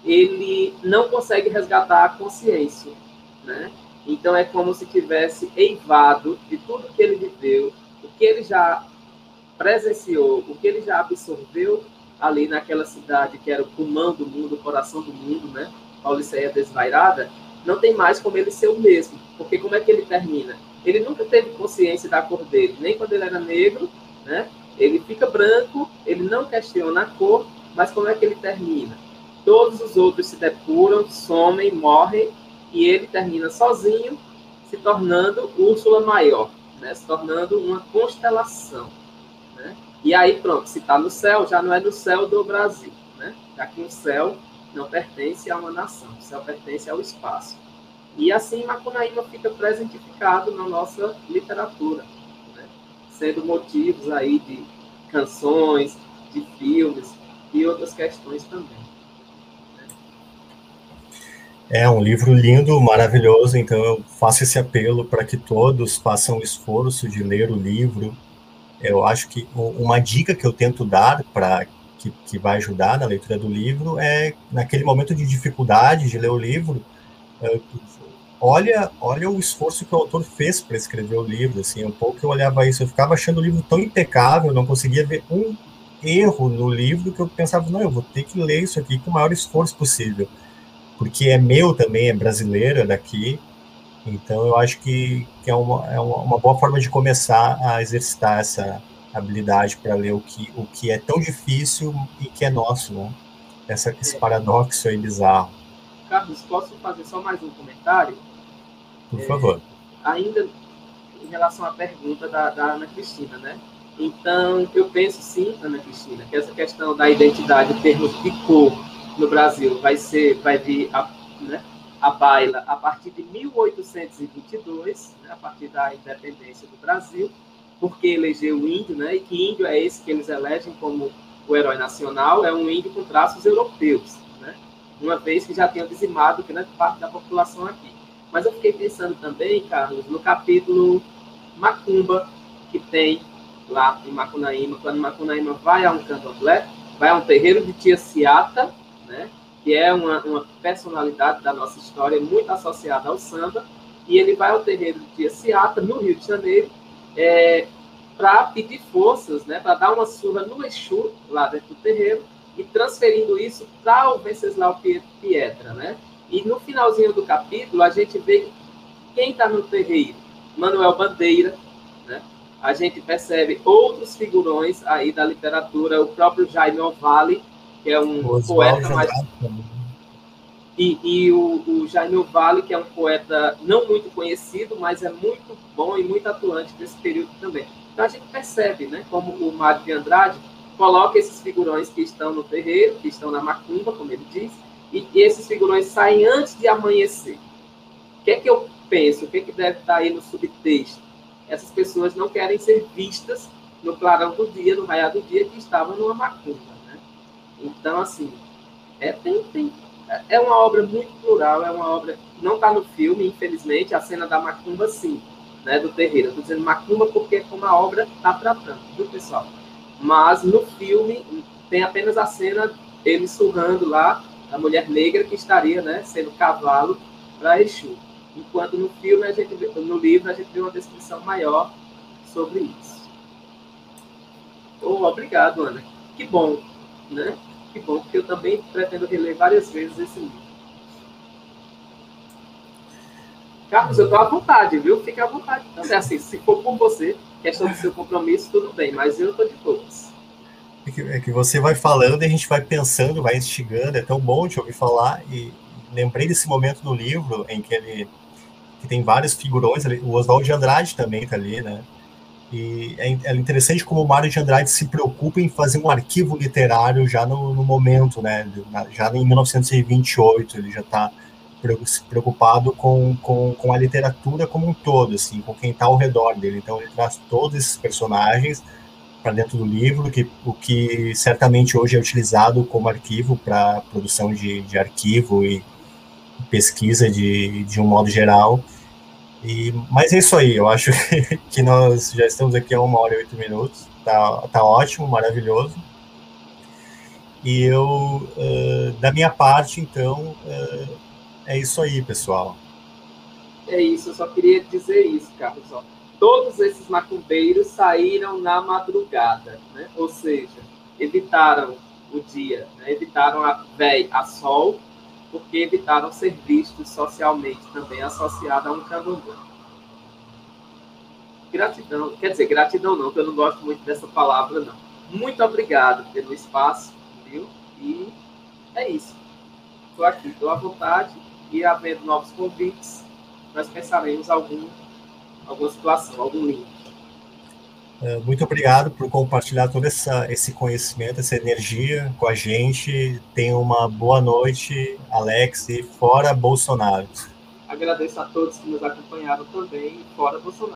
ele não consegue resgatar a consciência, né? Então é como se tivesse eivado de tudo que ele viveu, o que ele já presenciou, o que ele já absorveu ali naquela cidade que era o pulmão do mundo, o coração do mundo, né? Pauliceia desvairada, não tem mais como ele ser o mesmo. Porque como é que ele termina? Ele nunca teve consciência da cor dele, nem quando ele era negro, né? Ele fica branco, ele não questiona a cor, mas como é que ele termina? Todos os outros se depuram, somem, morrem, e ele termina sozinho, se tornando Úrsula Maior, né? Se tornando uma constelação, né? E aí, pronto, se está no céu, já não é no céu do Brasil, né? Já que o céu não pertence a uma nação, o céu pertence ao espaço. E assim Macunaíma fica presentificado na nossa literatura, né? Sendo motivos aí de canções, de filmes e outras questões também. É um livro lindo, maravilhoso, então eu faço esse apelo para que todos façam o esforço de ler o livro. Eu acho que uma dica que eu tento dar para que, que vai ajudar na leitura do livro é, naquele momento de dificuldade de ler o livro, olha, olha o esforço que o autor fez para escrever o livro. Assim, um pouco eu olhava isso, eu ficava achando o livro tão impecável, não conseguia ver um erro no livro, que eu pensava, não, eu vou ter que ler isso aqui com o maior esforço possível, porque é meu também, é brasileiro, é daqui. Então, eu acho que, que é, uma, é uma boa forma de começar a exercitar essa habilidade para ler o que, o que é tão difícil e que é nosso, né? Essa, esse paradoxo aí bizarro. Carlos, posso fazer só mais um comentário? Por favor. É, ainda em relação à pergunta da, da Ana Cristina, né? Então, eu penso sim, Ana Cristina, que essa questão da identidade em termos de cor no Brasil vai ser, vai vir a, né, a baila a partir de mil oitocentos e vinte e dois, né, a partir da independência do Brasil, porque elegeu o índio, né, e que índio é esse que eles elegem como o herói nacional, é um índio com traços europeus, né, uma vez que já tinham dizimado grande parte da população aqui. Mas eu fiquei pensando também, Carlos, no capítulo Macumba, que tem lá em Macunaíma, quando Macunaíma vai a um candomblé, vai a um terreiro de Tia Ciata, né, que é uma, uma personalidade da nossa história muito associada ao samba, e ele vai ao terreiro de Tia Ciata, no Rio de Janeiro, é, para pedir forças, né, para dar uma surra no Exu, lá dentro do terreiro, e transferindo isso para o Venceslau Pietra, né? E no finalzinho do capítulo, a gente vê quem está no terreiro. Manuel Bandeira, né? A gente percebe outros figurões aí da literatura, o próprio Jaime Ovalle, que é um poeta mais... E, e o, o Jaime Ovalle, que é um poeta não muito conhecido, mas é muito bom e muito atuante nesse período também. Então a gente percebe, né, como o Mário de Andrade coloca esses figurões que estão no terreiro, que estão na macumba, como ele diz, e esses figurões saem antes de amanhecer. O que é que eu penso? O que é que deve estar aí no subtexto? Essas pessoas não querem ser vistas no clarão do dia, no raiar do dia, que estavam numa macumba, né? Então, assim, é, tem, tem, é uma obra muito plural, é uma obra que não está no filme, infelizmente, a cena da macumba, sim, né, do terreiro. Estou dizendo macumba porque é como a obra está tratando, viu, pessoal? Mas no filme tem apenas a cena ele surrando lá a mulher negra que estaria, né, sendo cavalo para Exu. Enquanto no filme, a gente, no livro, a gente vê uma descrição maior sobre isso. Oh, obrigado, Ana. Que bom, né? Que bom, porque eu também pretendo reler várias vezes esse livro. Carlos, eu estou à vontade, viu? Fique à vontade. Então, é assim, se for com você, questão do seu compromisso, tudo bem, mas eu estou de todos. É que, é que você vai falando e a gente vai pensando, vai instigando, é tão bom te ouvir falar, e lembrei desse momento no livro em que ele que tem vários figurões, o Oswald de Andrade também está ali, né? E é, é interessante como o Mário de Andrade se preocupa em fazer um arquivo literário já no, no momento, né? Já em mil novecentos e vinte e oito, ele já está preocupado com, com, com a literatura como um todo, assim, com quem está ao redor dele. Então ele traz todos esses personagens para dentro do livro, que, o que certamente hoje é utilizado como arquivo para produção de, de arquivo e pesquisa de, de um modo geral. E, mas é isso aí, eu acho que nós já estamos aqui há uma hora e oito minutos, tá, tá ótimo, maravilhoso. E eu, uh, da minha parte, então, uh, é isso aí, pessoal. É isso, eu só queria dizer isso, Carlos. Ó. Todos esses macumbeiros saíram na madrugada, né? Ou seja, evitaram o dia, né? Evitaram a véi, a sol, porque evitaram ser vistos socialmente também associado a um candomblé. Gratidão, quer dizer, gratidão não, porque eu não gosto muito dessa palavra, não. Muito obrigado pelo espaço, viu? E é isso. Estou aqui, estou à vontade, e havendo novos convites, nós pensaremos algum, alguma situação, algum link. Muito obrigado por compartilhar todo essa, esse conhecimento, essa energia com a gente. Tenha uma boa noite, Alex, e fora Bolsonaro. Agradeço a todos que nos acompanharam também, fora Bolsonaro.